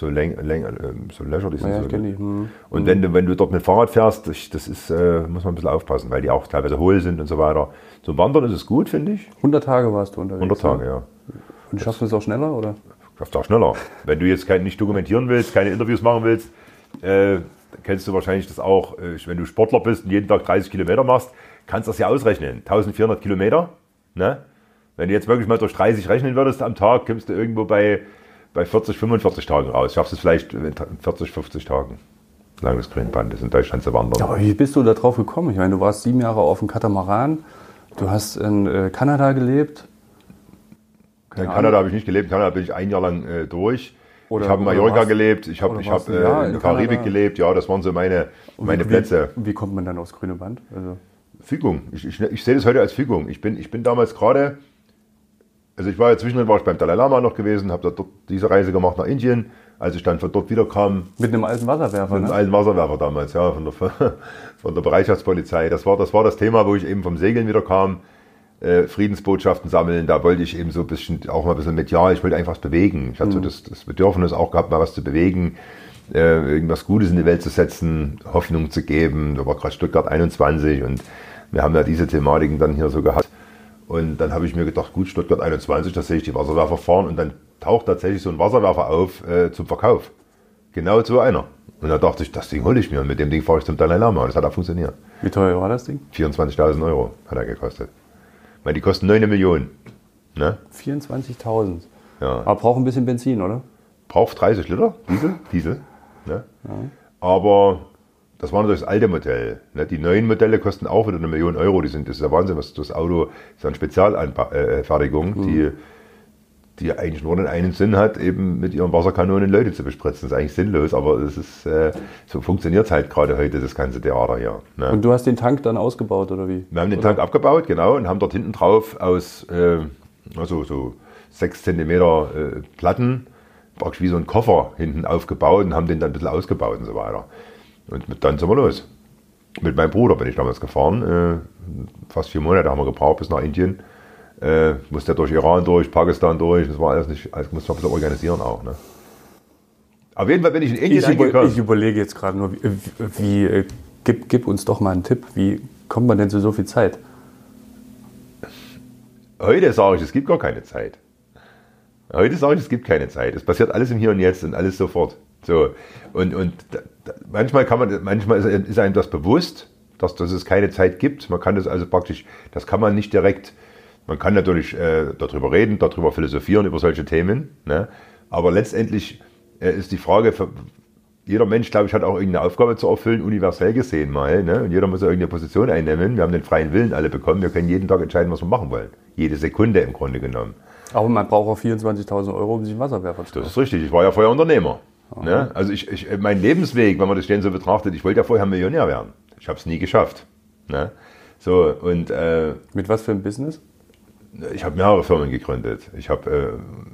Löcher, die sind Und wenn du dort mit Fahrrad fährst, das ist, muss man ein bisschen aufpassen, weil die auch teilweise hohl sind und so weiter. Zum Wandern ist es gut, finde ich. 100 Tage warst du unterwegs. 100 Tage, ja. Und schaffst du es auch schneller, oder? Schaffst du auch schneller. Wenn du jetzt nicht dokumentieren willst, keine Interviews machen willst, kennst du wahrscheinlich das auch, wenn du Sportler bist und jeden Tag 30 Kilometer machst, kannst du das ja ausrechnen. 1400 Kilometer, ne? Wenn du jetzt wirklich mal durch 30 rechnen würdest am Tag, kommst du irgendwo bei 40, 45 Tagen raus. Schaffst du es vielleicht in 40, 50 Tagen. Solange das Grünband ist, in Deutschland zu wandern. Aber wie bist du da drauf gekommen? Ich meine, du warst 7 Jahre auf dem Katamaran, du hast in Kanada gelebt. In Kanada habe ich nicht gelebt, in Kanada bin ich 1 Jahr lang durch. Ich habe in Mallorca gelebt, ich habe in der Karibik gelebt, ja, das waren so meine Plätze. Wie kommt man dann aufs grüne Band? Also Fügung, ich sehe das heute als Fügung. Ich bin damals gerade, also ich war ja zwischendrin beim Dalai Lama noch gewesen, habe dort diese Reise gemacht nach Indien als ich dann von dort wieder kam. Mit einem alten Wasserwerfer, Mit einem alten Wasserwerfer damals, ja, von der Bereitschaftspolizei. Das war das Thema, wo ich eben vom Segeln wieder kam. Friedensbotschaften sammeln, da wollte ich eben so ein bisschen, auch mal ein bisschen medial, ich wollte einfach was bewegen. Ich hatte so das Bedürfnis auch gehabt, mal was zu bewegen, irgendwas Gutes in die Welt zu setzen, Hoffnung zu geben. Da war gerade Stuttgart 21 und wir haben ja diese Thematiken dann hier so gehabt. Und dann habe ich mir gedacht, gut, Stuttgart 21, da sehe ich die Wasserwerfer fahren und dann taucht tatsächlich so ein Wasserwerfer auf zum Verkauf. Genau so einer. Und da dachte ich, das Ding hole ich mir und mit dem Ding fahre ich zum Dalai Lama und das hat auch funktioniert. Wie teuer war das Ding? 24.000 Euro hat er gekostet. Weil die kosten 9 Millionen. Ne? 24.000. Ja. Aber braucht ein bisschen Benzin, oder? Braucht 30 Liter Diesel. Ne? Ja. Aber das war natürlich das alte Modell. Ne? Die neuen Modelle kosten auch wieder 1 Million Euro. Das ist ja Wahnsinn, was das Auto ist, eine Spezialfertigung, die eigentlich nur den einen Sinn hat, eben mit ihren Wasserkanonen Leute zu bespritzen. Das ist eigentlich sinnlos, aber es ist, so funktioniert es halt gerade heute, das ganze Theater hier. Ne? Und du hast den Tank dann ausgebaut, oder wie? Wir haben den Tank abgebaut, genau, und haben dort hinten drauf aus so 6 cm Platten, praktisch wie so ein Koffer hinten aufgebaut und haben den dann ein bisschen ausgebaut und so weiter. Und dann sind wir los. Mit meinem Bruder bin ich damals gefahren, fast 4 Monate haben wir gebraucht bis nach Indien. Musste durch Iran durch, Pakistan durch, das war alles nicht, alles musste man ein bisschen organisieren auch. Ne? Auf jeden Fall bin ich in Indien angekommen. Ich überlege jetzt gerade nur, gib uns doch mal einen Tipp, wie kommt man denn zu so viel Zeit? Heute sage ich, es gibt gar keine Zeit. Heute sage ich, es gibt keine Zeit. Es passiert alles im Hier und Jetzt und alles sofort. So. Und manchmal ist einem das bewusst, dass es keine Zeit gibt. Man kann das also praktisch, das kann man nicht direkt. Man kann natürlich darüber reden, darüber philosophieren, über solche Themen. Ne? Aber letztendlich ist die Frage, jeder Mensch, glaube ich, hat auch irgendeine Aufgabe zu erfüllen, universell gesehen mal. Ne? Und jeder muss ja irgendeine Position einnehmen. Wir haben den freien Willen alle bekommen. Wir können jeden Tag entscheiden, was wir machen wollen. Jede Sekunde im Grunde genommen. Aber man braucht auch 24.000 Euro, um sich einen Wasserwerfer zu kaufen. Das ist richtig. Ich war ja vorher Unternehmer. Ne? Also mein Lebensweg, wenn man das so betrachtet, ich wollte ja vorher Millionär werden. Ich habe es nie geschafft. Ne? So, und, mit was für ein Business? Ich habe mehrere Firmen gegründet. Ich habe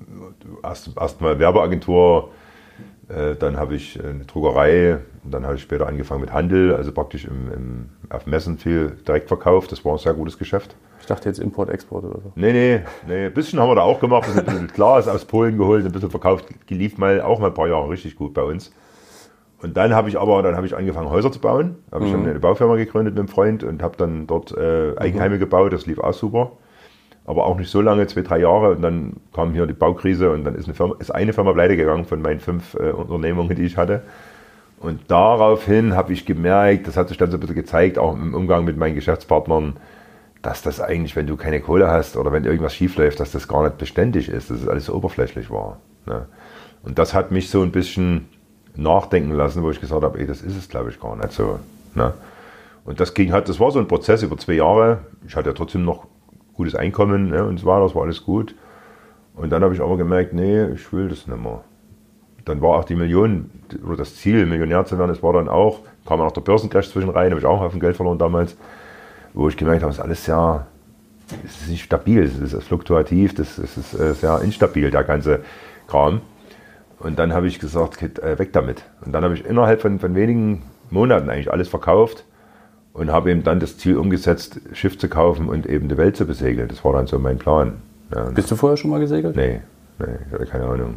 erst mal Werbeagentur, dann habe ich eine Druckerei, und dann habe ich später angefangen mit Handel, also praktisch auf Messen viel direkt verkauft. Das war ein sehr gutes Geschäft. Ich dachte jetzt Import, Export oder so. Nee, ein bisschen haben wir da auch gemacht. Ein bisschen Glas aus Polen geholt, ein bisschen verkauft. Lief auch mal ein paar Jahre richtig gut bei uns. Und dann habe ich angefangen, Häuser zu bauen. Da habe ich dann eine Baufirma gegründet mit einem Freund und habe dann dort Eigenheime gebaut. Das lief auch super. Aber auch nicht so lange, 2-3 Jahre. Und dann kam hier die Baukrise und dann ist eine Firma pleite gegangen von meinen 5 Unternehmungen, die ich hatte. Und daraufhin habe ich gemerkt, das hat sich dann so ein bisschen gezeigt, auch im Umgang mit meinen Geschäftspartnern, dass das eigentlich, wenn du keine Kohle hast oder wenn irgendwas schief läuft, dass das gar nicht beständig ist, dass es alles so oberflächlich war. Ne? Und das hat mich so ein bisschen nachdenken lassen, wo ich gesagt habe, das ist es, glaube ich, gar nicht so. Ne? Und das war so ein Prozess über 2 Jahre. Ich hatte ja trotzdem noch gutes Einkommen, ne, und so weiter, das war alles gut. Und dann habe ich aber gemerkt, nee, ich will das nicht mehr. Dann war auch die Million, oder das Ziel, Millionär zu werden, das war dann auch, kam auch der Börsencrash zwischen rein, habe ich auch einen Haufen Geld verloren damals, wo ich gemerkt habe, es ist alles sehr, es ist nicht stabil, es ist fluktuativ, das ist sehr instabil, der ganze Kram. Und dann habe ich gesagt, weg damit. Und dann habe ich innerhalb von wenigen Monaten eigentlich alles verkauft und habe eben dann das Ziel umgesetzt, Schiff zu kaufen und eben die Welt zu besegeln. Das war dann so mein Plan. Ja. Bist du vorher schon mal gesegelt? Nee, ich hatte keine Ahnung.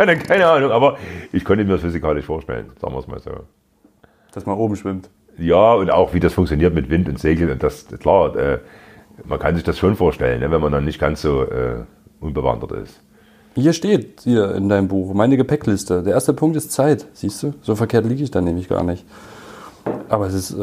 Aber ich konnte mir das physikalisch vorstellen, sagen wir es mal so. Dass man oben schwimmt? Ja, und auch wie das funktioniert mit Wind und Segel. Und das, klar, man kann sich das schon vorstellen, ne, wenn man dann nicht ganz so unbewandert ist. Hier steht in deinem Buch, meine Gepäckliste. Der erste Punkt ist Zeit, siehst du? So verkehrt liege ich da nämlich gar nicht. Aber es ist...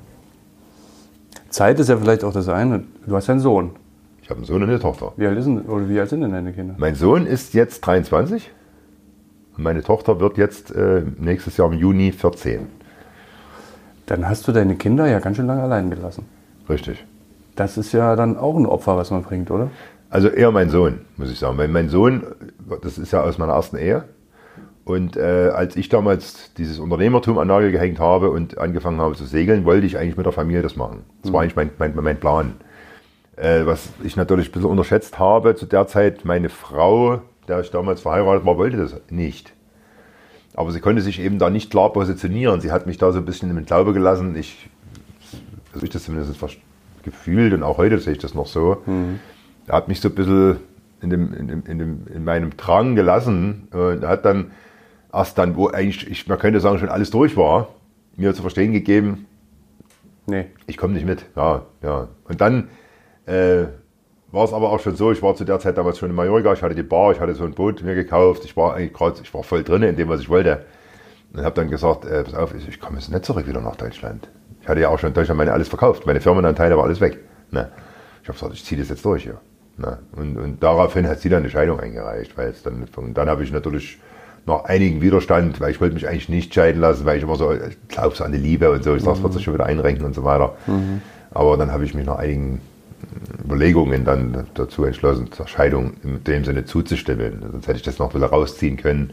Zeit ist ja vielleicht auch das eine. Du hast ja einen Sohn. Ich habe einen Sohn und eine Tochter. Wie alt sind denn deine Kinder? Mein Sohn ist jetzt 23 und meine Tochter wird jetzt nächstes Jahr im Juni 14. Dann hast du deine Kinder ja ganz schön lange allein gelassen. Richtig. Das ist ja dann auch ein Opfer, was man bringt, oder? Also eher mein Sohn, muss ich sagen. Weil mein Sohn, das ist ja aus meiner ersten Ehe. Und als ich damals dieses Unternehmertum an den Nagel gehängt habe und angefangen habe zu segeln, wollte ich eigentlich mit der Familie das machen. Das war eigentlich mein Plan. Was ich natürlich ein bisschen unterschätzt habe, zu der Zeit meine Frau, der ich damals verheiratet war, wollte das nicht. Aber sie konnte sich eben da nicht klar positionieren. Sie hat mich da so ein bisschen im Glaube gelassen. Also ich das zumindest gefühlt und auch heute sehe ich das noch so. Er hat mich so ein bisschen in meinem Drang gelassen und hat dann erst dann, wo eigentlich, man könnte sagen, schon alles durch war, mir zu verstehen gegeben, nee, ich komme nicht mit. Ja. Und dann war es aber auch schon so, ich war zu der Zeit damals schon in Mallorca, ich hatte die Bar, ich hatte so ein Boot mir gekauft, ich war voll drin in dem, was ich wollte. Und habe dann gesagt, pass auf, ich komme jetzt nicht zurück wieder nach Deutschland. Ich hatte ja auch schon in Deutschland alles verkauft, meine Firmenanteile war alles weg. Ne? Ich habe gesagt, ich ziehe das jetzt durch hier. Ne? Und daraufhin hat sie dann eine Scheidung eingereicht, weil es dann, und dann habe ich natürlich nach einigem Widerstand, weil ich wollte mich eigentlich nicht scheiden lassen, weil ich immer so, ich glaube so an die Liebe und so, ich sage, es wird sich schon wieder einrenken und so weiter. Aber dann habe ich mich nach einigen Überlegungen dann dazu entschlossen, zur Scheidung in dem Sinne zuzustimmen. Sonst hätte ich das noch wieder rausziehen können.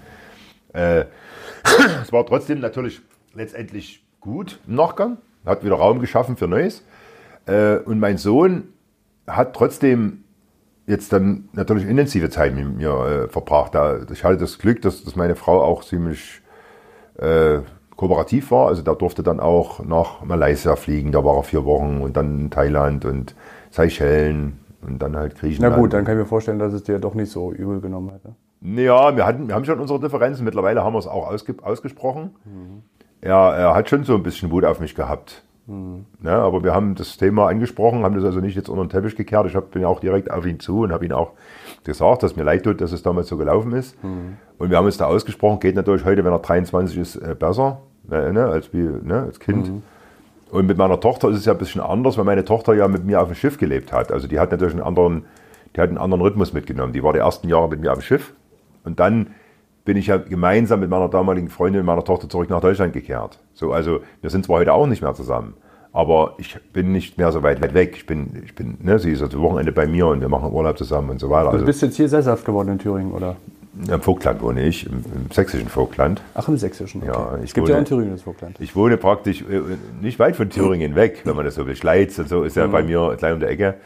Es war trotzdem natürlich letztendlich gut im Nachgang, hat wieder Raum geschaffen für Neues. Und mein Sohn hat trotzdem jetzt dann natürlich intensive Zeit mit mir verbracht. Ich hatte das Glück, dass meine Frau auch ziemlich kooperativ war. Also da durfte dann auch nach Malaysia fliegen, da war er 4 Wochen und dann in Thailand und Seychellen und dann halt Griechenland. Na gut, dann kann ich mir vorstellen, dass es dir doch nicht so übel genommen hat. Ne? Ja, wir haben schon unsere Differenzen. Mittlerweile haben wir es auch ausgesprochen. Er hat schon so ein bisschen Wut auf mich gehabt. Ja, aber wir haben das Thema angesprochen, haben das also nicht jetzt unter den Teppich gekehrt. Ich bin ja auch direkt auf ihn zu und habe ihn auch gesagt, dass mir leid tut, dass es damals so gelaufen ist. Und wir haben uns da ausgesprochen, geht natürlich heute, wenn er 23 ist, besser als Kind. Und mit meiner Tochter ist es ja ein bisschen anders, weil meine Tochter ja mit mir auf dem Schiff gelebt hat. Also die hat natürlich einen anderen Rhythmus mitgenommen. Die war die ersten Jahre mit mir auf dem Schiff. Und dann bin ich ja gemeinsam mit meiner damaligen Freundin und meiner Tochter zurück nach Deutschland gekehrt. So, also wir sind zwar heute auch nicht mehr zusammen, aber ich bin nicht mehr so weit weg. Sie ist also Wochenende bei mir und wir machen Urlaub zusammen und so weiter. Du bist jetzt hier sesshaft geworden in Thüringen, oder? Im Vogtland wohne ich, im sächsischen Vogtland. Ach, im sächsischen, okay. Ja, es gibt ja auch in Thüringen das Vogtland. Ich wohne praktisch nicht weit von Thüringen weg, wenn man das so will. Schleiz und so ist ja bei mir gleich um die Ecke.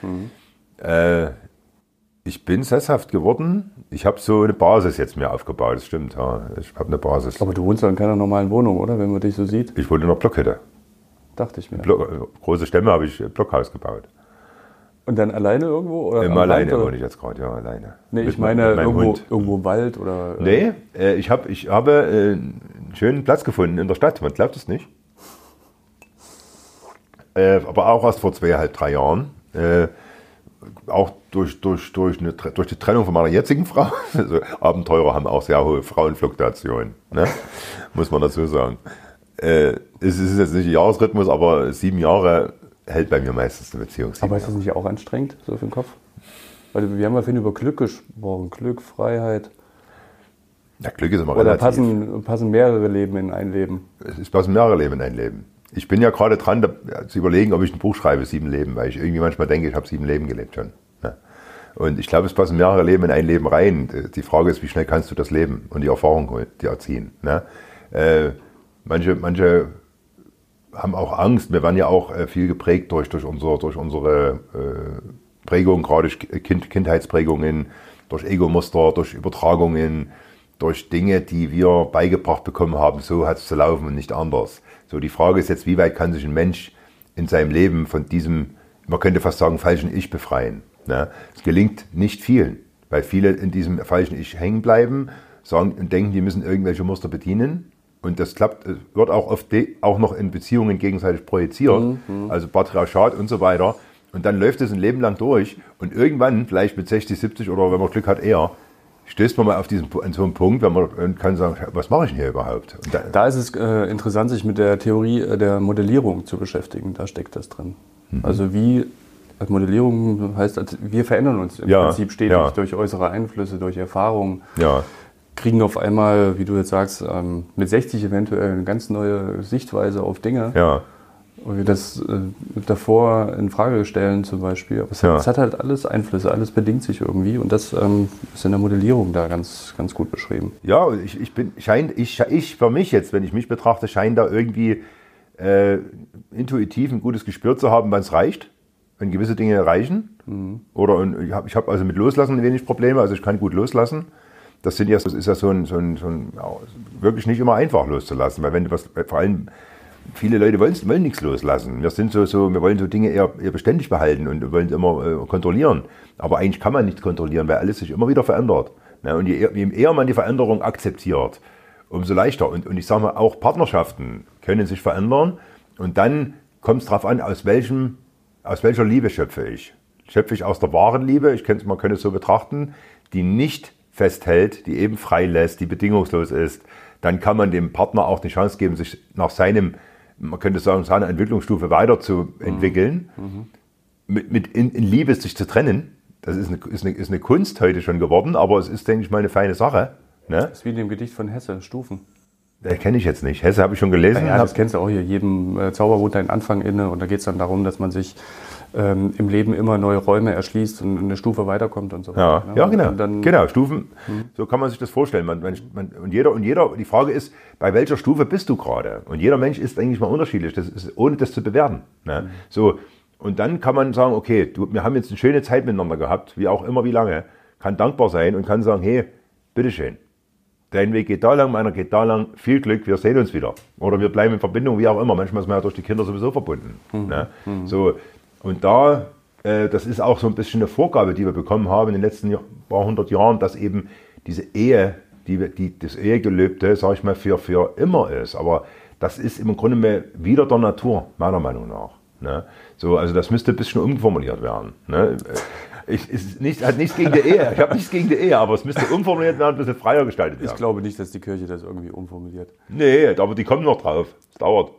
Ich bin sesshaft geworden. Ich habe so eine Basis jetzt mir aufgebaut, das stimmt. Ja. Ich habe eine Basis. Aber du wohnst ja in keiner normalen Wohnung, oder? Wenn man dich so sieht. Ich wohne in einer Blockhütte. Dachte ich mir. Große Stämme habe ich Blockhaus gebaut. Und dann alleine irgendwo? Oder immer alleine wohne ich jetzt gerade, ja, alleine. Nee, ich meine irgendwo im Wald oder... Nee, ich habe einen schönen Platz gefunden in der Stadt, man glaubt es nicht. Aber auch erst vor 2,5-3 Jahren. Auch durch die Trennung von meiner jetzigen Frau. Also Abenteurer haben auch sehr hohe Frauenfluktuationen, ne? Muss man dazu sagen. Es ist jetzt nicht ein Jahresrhythmus, aber 7 Jahre hält bei mir meistens eine Beziehung. Aber ist das nicht auch anstrengend, so für den Kopf? Weil wir haben ja vorhin über Glück gesprochen. Glück, Freiheit. Ja, Glück ist immer oder relativ. Passen mehrere Leben in ein Leben? Es passen mehrere Leben in ein Leben. Ich bin ja gerade dran, zu überlegen, ob ich ein Buch schreibe, 7 Leben, weil ich irgendwie manchmal denke, ich habe 7 Leben gelebt schon. Ja. Und ich glaube, es passen mehrere Leben in ein Leben rein. Die Frage ist, wie schnell kannst du das Leben und die Erfahrung dir erziehen. Ne? Manche haben auch Angst. Wir werden ja auch viel geprägt durch unsere Prägung, gerade Kindheitsprägungen, durch Ego-Muster, durch Übertragungen, durch Dinge, die wir beigebracht bekommen haben, so hat es zu laufen und nicht anders. So, die Frage ist jetzt, wie weit kann sich ein Mensch in seinem Leben von diesem, man könnte fast sagen, falschen Ich befreien. Ne? Es gelingt nicht vielen, weil viele in diesem falschen Ich hängen bleiben, sagen und denken, die müssen irgendwelche Muster bedienen. Und das klappt, wird auch oft auch noch in Beziehungen gegenseitig projiziert, also Patriarchat und so weiter. Und dann läuft es ein Leben lang durch und irgendwann, vielleicht mit 60, 70 oder wenn man Glück hat eher, stößt man mal an so einen Punkt, wenn man kann sagen, was mache ich denn hier überhaupt? Und da ist es interessant, sich mit der Theorie der Modellierung zu beschäftigen, da steckt das drin. Also als Modellierung heißt, wir verändern uns im Prinzip stetig durch äußere Einflüsse, durch Erfahrungen. Ja. Kriegen auf einmal, wie du jetzt sagst, mit 60 eventuell eine ganz neue Sichtweise auf Dinge. Ja. Und wir das davor in Frage stellen zum Beispiel. Aber es hat halt alles Einflüsse, alles bedingt sich irgendwie. Und das ist in der Modellierung da ganz, ganz gut beschrieben. Ja, ich für mich jetzt, wenn ich mich betrachte, scheine da irgendwie intuitiv ein gutes Gespür zu haben, wann es reicht. Wenn gewisse Dinge reichen. Oder ich habe also mit Loslassen wenig Probleme, also ich kann gut loslassen. das ist ja so ein wirklich nicht immer einfach loszulassen, weil wenn du vor allem viele Leute wollen nichts loslassen. Wir wollen so Dinge eher beständig behalten und wollen immer kontrollieren. Aber eigentlich kann man nichts kontrollieren, weil alles sich immer wieder verändert. Ne? Und je eher man die Veränderung akzeptiert, umso leichter. Und ich sage mal, auch Partnerschaften können sich verändern. Und dann kommt es darauf an, aus welcher Liebe schöpfe ich. Schöpfe ich aus der wahren Liebe, man könnte es so betrachten, die nicht festhält, die eben frei lässt, die bedingungslos ist. Dann kann man dem Partner auch die Chance geben, sich nach man könnte sagen, seiner Entwicklungsstufe weiterzuentwickeln, in Liebe sich zu trennen. Das ist eine Kunst heute schon geworden, aber es ist, denke ich mal, eine feine Sache. Ne? Das ist wie in dem Gedicht von Hesse, Stufen. Kenne ich jetzt nicht. Hesse habe ich schon gelesen. Ja, das kennst du auch hier. Jedem Zauber wohnt ein Anfang inne. Und da geht es dann darum, dass man sich im Leben immer neue Räume erschließt und eine Stufe weiterkommt und so weiter. Ja, genau. Genau, Stufen, so kann man sich das vorstellen. Und jeder, die Frage ist, bei welcher Stufe bist du gerade? Und jeder Mensch ist eigentlich mal unterschiedlich, ohne das zu bewerten. Ne? So, und dann kann man sagen, okay, wir haben jetzt eine schöne Zeit miteinander gehabt, wie auch immer, wie lange, kann dankbar sein und kann sagen, hey, bitteschön. Dein Weg geht da lang, meiner geht da lang, viel Glück, wir sehen uns wieder. Oder wir bleiben in Verbindung, wie auch immer. Manchmal ist man ja durch die Kinder sowieso verbunden. Ne? So, und das ist auch so ein bisschen eine Vorgabe, die wir bekommen haben in den letzten paar hundert Jahren, dass eben diese Ehe, das Ehegelübde, sage ich mal, für immer ist. Aber das ist im Grunde mehr wieder der Natur, meiner Meinung nach. Ne? So, also das müsste ein bisschen umformuliert werden. Ne? Hat nichts gegen die Ehe. Ich habe nichts gegen die Ehe, aber es müsste umformuliert werden, ein bisschen freier gestaltet werden. Ich glaube nicht, dass die Kirche das irgendwie umformuliert. Nee, aber die kommen noch drauf. Es dauert.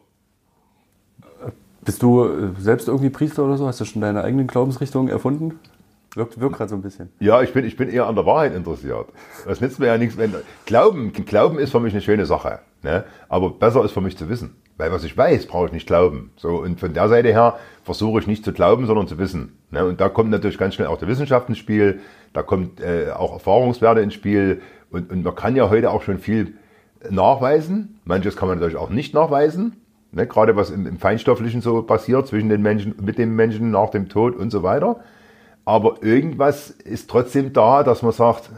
Bist du selbst irgendwie Priester oder so? Hast du schon deine eigenen Glaubensrichtungen erfunden? Wirkt gerade so ein bisschen. Ja, ich bin eher an der Wahrheit interessiert. Das nützt mir ja nichts. Glauben ist für mich eine schöne Sache. Ne? Aber besser ist für mich zu wissen. Weil was ich weiß, brauche ich nicht glauben. So, und von der Seite her versuche ich nicht zu glauben, sondern zu wissen. Ne? Und da kommt natürlich ganz schnell auch die Wissenschaft ins Spiel. Da kommt auch Erfahrungswerte ins Spiel. Und man kann ja heute auch schon viel nachweisen. Manches kann man natürlich auch nicht nachweisen. Ne, gerade was im Feinstofflichen so passiert zwischen den Menschen, mit dem Menschen nach dem Tod und so weiter. Aber irgendwas ist trotzdem da, dass man sagt,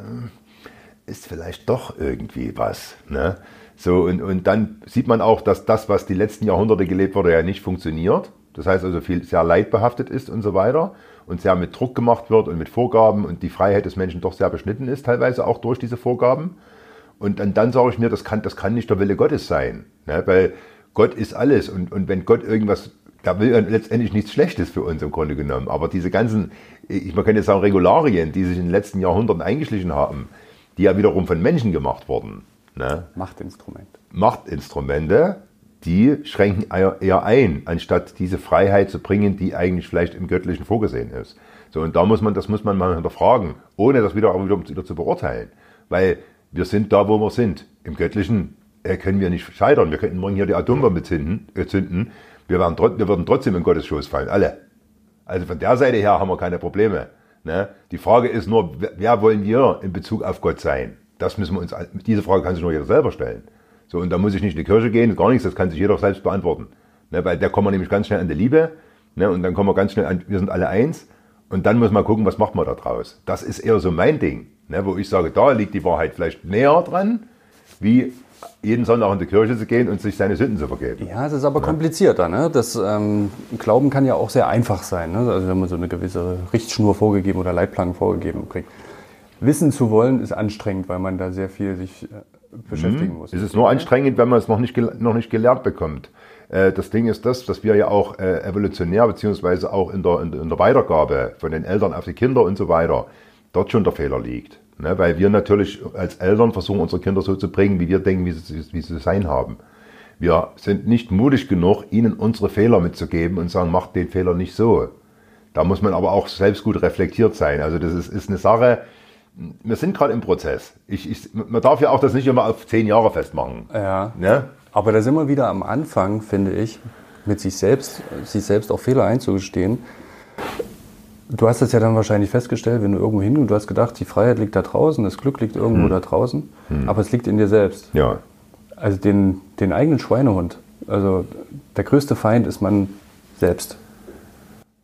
ist vielleicht doch irgendwie was. Ne? So, und dann sieht man auch, dass das, was die letzten Jahrhunderte gelebt wurde, ja nicht funktioniert. Das heißt also viel sehr leidbehaftet ist und so weiter. Und sehr mit Druck gemacht wird und mit Vorgaben und die Freiheit des Menschen doch sehr beschnitten ist, teilweise auch durch diese Vorgaben. Und dann sage ich mir, das kann nicht der Wille Gottes sein. Ne? Weil Gott ist alles und wenn Gott irgendwas, der will letztendlich nichts Schlechtes für uns im Grunde genommen. Aber diese ganzen, man kann jetzt sagen Regularien, die sich in den letzten Jahrhunderten eingeschlichen haben, die ja wiederum von Menschen gemacht wurden. Ne? Machtinstrumente, die schränken eher ein, anstatt diese Freiheit zu bringen, die eigentlich vielleicht im Göttlichen vorgesehen ist. So, und das muss man mal hinterfragen, ohne das wieder zu beurteilen. Weil wir sind da, wo wir sind. Im Göttlichen können wir nicht scheitern. Wir könnten morgen hier die Atombombe zünden. Wir würden trotzdem in Gottes Schoß fallen, alle. Also von der Seite her haben wir keine Probleme. Ne? Die Frage ist nur, wer wollen wir in Bezug auf Gott sein? Diese Frage kann sich nur jeder selber stellen. So, und da muss ich nicht in die Kirche gehen, gar nichts, das kann sich jeder selbst beantworten. Ne? Weil da kommen wir nämlich ganz schnell an die Liebe, ne? Und dann kommen wir ganz schnell an, wir sind alle eins. Und dann muss man gucken, was macht man da draus. Das ist eher so mein Ding, ne? Wo ich sage, da liegt die Wahrheit vielleicht näher dran, wie jeden Sonntag in die Kirche zu gehen und sich seine Sünden zu vergeben. Ja, es ist aber komplizierter. Ne? Das Glauben kann ja auch sehr einfach sein. Ne? Also wenn man so eine gewisse Richtschnur vorgegeben oder Leitplanken vorgegeben kriegt. Wissen zu wollen ist anstrengend, weil man da sehr viel sich beschäftigen muss. Es ist nur anstrengend, wenn man es noch nicht gelernt bekommt. Das Ding ist dass wir ja auch evolutionär, beziehungsweise auch in der Weitergabe von den Eltern auf die Kinder und so weiter, dort schon der Fehler liegt. Ne, weil wir natürlich als Eltern versuchen, unsere Kinder so zu prägen, wie wir denken, wie sie zu sein haben. Wir sind nicht mutig genug, ihnen unsere Fehler mitzugeben und sagen, macht den Fehler nicht so. Da muss man aber auch selbst gut reflektiert sein. Also das ist eine Sache, wir sind gerade im Prozess. Man darf ja auch das nicht immer auf 10 Jahre festmachen. Ja, ne? Aber da sind wir wieder am Anfang, finde ich, mit sich selbst auch Fehler einzugestehen. Du hast das ja dann wahrscheinlich festgestellt, wenn du irgendwo hin und du hast gedacht, die Freiheit liegt da draußen, das Glück liegt irgendwo da draußen, aber es liegt in dir selbst. Ja. Also den eigenen Schweinehund. Also der größte Feind ist man selbst.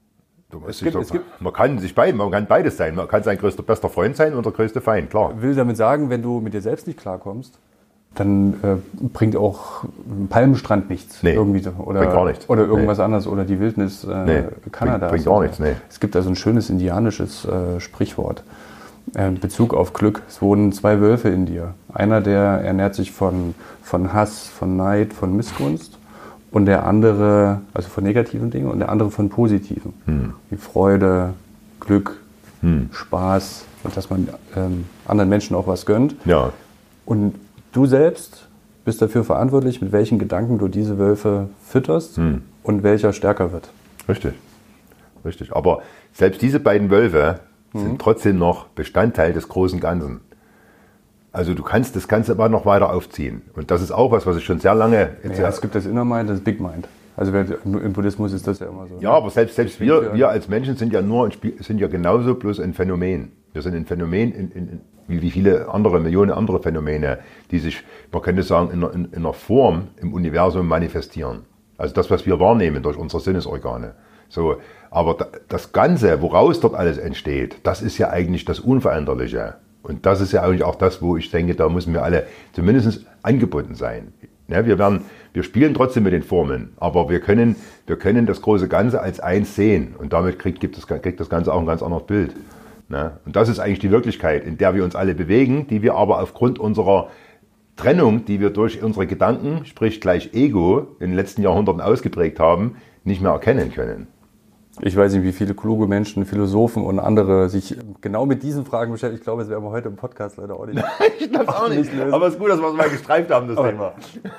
Man kann beides sein. Man kann sein bester Freund sein und der größte Feind, klar. Ich will damit sagen, wenn du mit dir selbst nicht klarkommst, dann bringt auch ein Palmenstrand nichts. Nee, irgendwie bringt gar nichts. Oder irgendwas anderes oder die Wildnis Kanadas. Bringt gar nichts, nee. Es gibt also ein schönes indianisches Sprichwort in Bezug auf Glück. Es wohnen 2 Wölfe in dir. Einer, der ernährt sich von Hass, von Neid, von Missgunst. Und der andere, also von negativen Dingen, und der andere von positiven. Wie Freude, Glück, Spaß und dass man anderen Menschen auch was gönnt. Ja. Und du selbst bist dafür verantwortlich, mit welchen Gedanken du diese Wölfe fütterst und welcher stärker wird. Richtig. Aber selbst diese beiden Wölfe sind trotzdem noch Bestandteil des großen Ganzen. Also du kannst das Ganze aber noch weiter aufziehen. Und das ist auch was ich schon sehr lange... Es gibt das Inner Mind, das Big Mind. Also im Buddhismus ist das ja immer so. Ja, aber selbst wir als Menschen sind ja genauso bloß ein Phänomen. Wir sind ein Phänomen wie viele Millionen andere Phänomene, die sich, man könnte sagen, in einer Form im Universum manifestieren. Also das, was wir wahrnehmen durch unsere Sinnesorgane. So, aber das Ganze, woraus dort alles entsteht, das ist ja eigentlich das Unveränderliche. Und das ist ja eigentlich auch das, wo ich denke, da müssen wir alle zumindest angebunden sein. Ja, wir spielen trotzdem mit den Formeln, aber wir können das große Ganze als eins sehen. Und damit kriegt das Ganze auch ein ganz anderes Bild. Ja, und das ist eigentlich die Wirklichkeit, in der wir uns alle bewegen, die wir aber aufgrund unserer Trennung, die wir durch unsere Gedanken, sprich gleich Ego, in den letzten Jahrhunderten ausgeprägt haben, nicht mehr erkennen können. Ich weiß nicht, wie viele kluge Menschen, Philosophen und andere sich genau mit diesen Fragen beschäftigen. Ich glaube, das werden wir heute im Podcast leider auch nicht. Ich glaube auch nicht. Aber es ist gut, dass wir es mal gestreift haben, das Thema.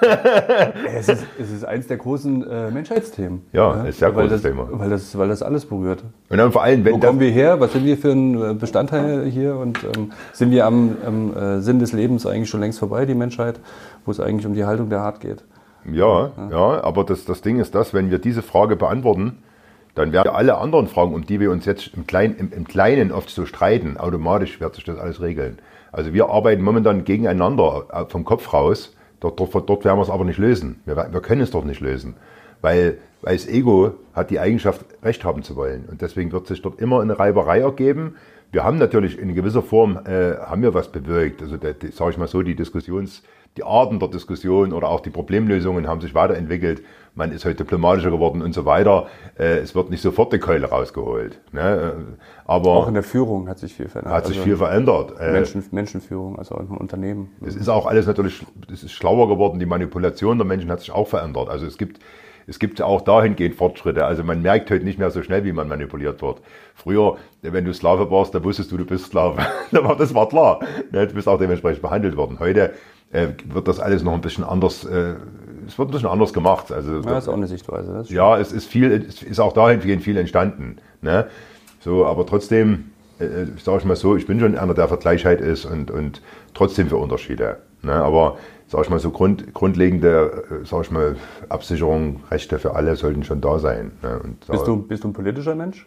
Es ist eins der großen Menschheitsthemen. Ja, ist ein sehr großes Thema. Weil das alles berührt. Und dann vor allem, wo kommen wir her? Was sind wir für ein Bestandteil hier? Und sind wir am Sinn des Lebens eigentlich schon längst vorbei, die Menschheit, wo es eigentlich um die Haltung der Art geht? Ja, aber das Ding ist wenn wir diese Frage beantworten, dann werden alle anderen Fragen, um die wir uns jetzt im Kleinen oft so streiten, automatisch wird sich das alles regeln. Also wir arbeiten momentan gegeneinander vom Kopf raus, dort werden wir es aber nicht lösen. Wir können es dort nicht lösen, weil das Ego hat die Eigenschaft, Recht haben zu wollen. Und deswegen wird sich dort immer eine Reiberei ergeben. Wir haben natürlich in gewisser Form haben wir was bewirkt. Also sage ich mal so, die Arten der Diskussion oder auch die Problemlösungen haben sich weiterentwickelt. Man ist heute diplomatischer geworden und so weiter. Es wird nicht sofort die Keule rausgeholt. Ne? Aber auch in der Führung hat sich viel verändert. Menschenführung, also im Unternehmen. Es ist auch alles natürlich, es ist schlauer geworden. Die Manipulation der Menschen hat sich auch verändert. Also es gibt auch dahingehend Fortschritte. Also man merkt heute nicht mehr so schnell, wie man manipuliert wird. Früher, wenn du Sklave warst, da wusstest du bist Sklave. Das war klar. Du bist auch dementsprechend behandelt worden. Heute wird das alles noch ein bisschen anders, es wird ein bisschen anders gemacht. Also, das ist auch eine Sichtweise. Es ist auch dahingehend viel entstanden. Ne? So, aber trotzdem, sage ich mal so, ich bin schon einer, der für Gleichheit ist und trotzdem für Unterschiede. Ne? Aber sage ich mal so, grundlegende, sage ich mal, Absicherung, Rechte für alle sollten schon da sein. Ne? Und bist du ein politischer Mensch?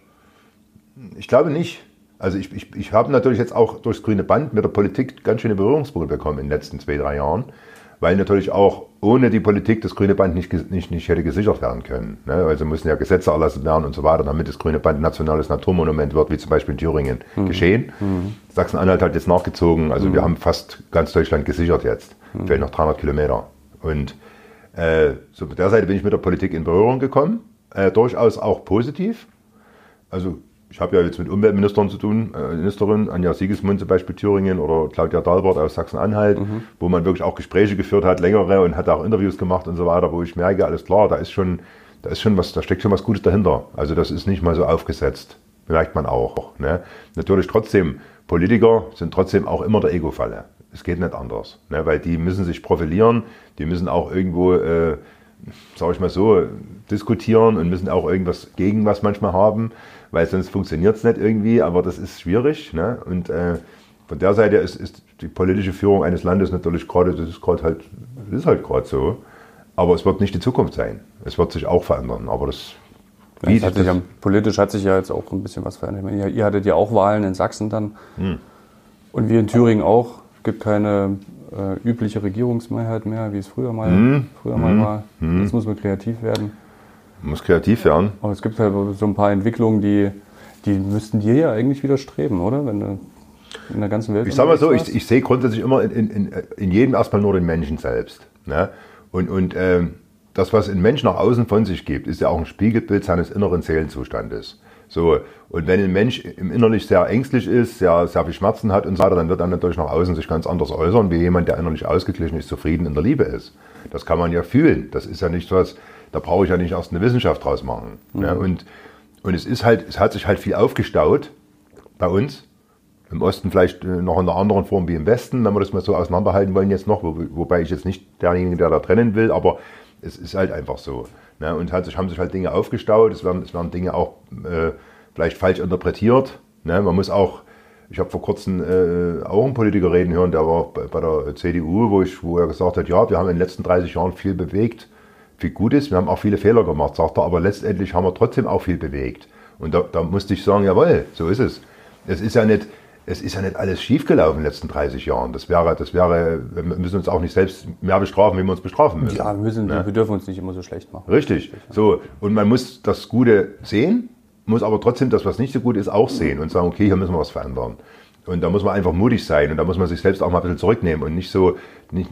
Ich glaube nicht. Also ich habe natürlich jetzt auch durchs grüne Band mit der Politik ganz schöne Berührungspunkte bekommen in den letzten 2-3 Jahren, weil natürlich auch ohne die Politik das grüne Band nicht hätte gesichert werden können. Ne? Also mussten ja Gesetze erlassen werden und so weiter, damit das grüne Band ein nationales Naturmonument wird, wie zum Beispiel in Thüringen geschehen. Sachsen-Anhalt hat jetzt nachgezogen, also wir haben fast ganz Deutschland gesichert jetzt. Fehlen noch 300 Kilometer. Und so mit der Seite bin ich mit der Politik in Berührung gekommen, durchaus auch positiv. Also ich habe ja jetzt mit Umweltministern zu tun, Ministerin Anja Siegesmund zum Beispiel Thüringen oder Claudia Dalbert aus Sachsen-Anhalt, wo man wirklich auch Gespräche geführt hat, längere, und hat auch Interviews gemacht und so weiter, wo ich merke, alles klar, da steckt schon was Gutes dahinter. Also das ist nicht mal so aufgesetzt, merkt man auch. Ne? Natürlich trotzdem, Politiker sind trotzdem auch immer der Ego-Falle. Es geht nicht anders, ne? Weil die müssen sich profilieren, die müssen auch irgendwo, sage ich mal so, diskutieren und müssen auch irgendwas gegen was manchmal haben, weil sonst funktioniert es nicht irgendwie, aber das ist schwierig. Ne? Und von der Seite ist die politische Führung eines Landes natürlich gerade, das ist halt gerade so, aber es wird nicht die Zukunft sein. Es wird sich auch verändern, aber politisch hat sich ja jetzt auch ein bisschen was verändert. Ich meine, ihr hattet ja auch Wahlen in Sachsen dann und wir in Thüringen auch. Es gibt keine übliche Regierungsmehrheit mehr, wie es früher mal war. Jetzt muss man kreativ werden. Man muss kreativ werden. Aber es gibt halt so ein paar Entwicklungen, die müssten dir ja eigentlich widerstreben, oder? Wenn du in der ganzen Welt. Ich sag mal so, ich sehe grundsätzlich immer in jedem erstmal nur den Menschen selbst. Ne? Und das, was ein Mensch nach außen von sich gibt, ist ja auch ein Spiegelbild seines inneren Seelenzustandes. So, und wenn ein Mensch innerlich sehr ängstlich ist, sehr viel Schmerzen hat und so weiter, dann wird er natürlich nach außen sich ganz anders äußern, wie jemand, der innerlich ausgeglichen ist, zufrieden in der Liebe ist. Das kann man ja fühlen. Das ist ja nicht was, da brauche ich ja nicht erst eine Wissenschaft draus machen. Mhm. Ja, und es hat sich halt viel aufgestaut bei uns. Im Osten vielleicht noch in einer anderen Form wie im Westen, wenn wir das mal so auseinanderhalten wollen jetzt noch, wobei ich jetzt nicht derjenige, der da trennen will, aber es ist halt einfach so. Ne? Und haben sich halt Dinge aufgestaut, es werden Dinge auch vielleicht falsch interpretiert. Ne? Man muss auch, ich habe vor kurzem auch einen Politiker reden hören, der war bei der CDU, wo er gesagt hat, ja, wir haben in den letzten 30 Jahren viel bewegt, viel Gutes, wir haben auch viele Fehler gemacht, sagt er, aber letztendlich haben wir trotzdem auch viel bewegt. Und da musste ich sagen, jawohl, so ist es. Es ist ja nicht alles schiefgelaufen in den letzten 30 Jahren. Das wäre, wir müssen uns auch nicht selbst mehr bestrafen, wie wir uns bestrafen müssen. Ja, wir dürfen uns nicht immer so schlecht machen. Richtig. So, und man muss das Gute sehen, muss aber trotzdem das, was nicht so gut ist, auch sehen und sagen, okay, hier müssen wir was verändern. Und da muss man einfach mutig sein und da muss man sich selbst auch mal ein bisschen zurücknehmen und nicht so,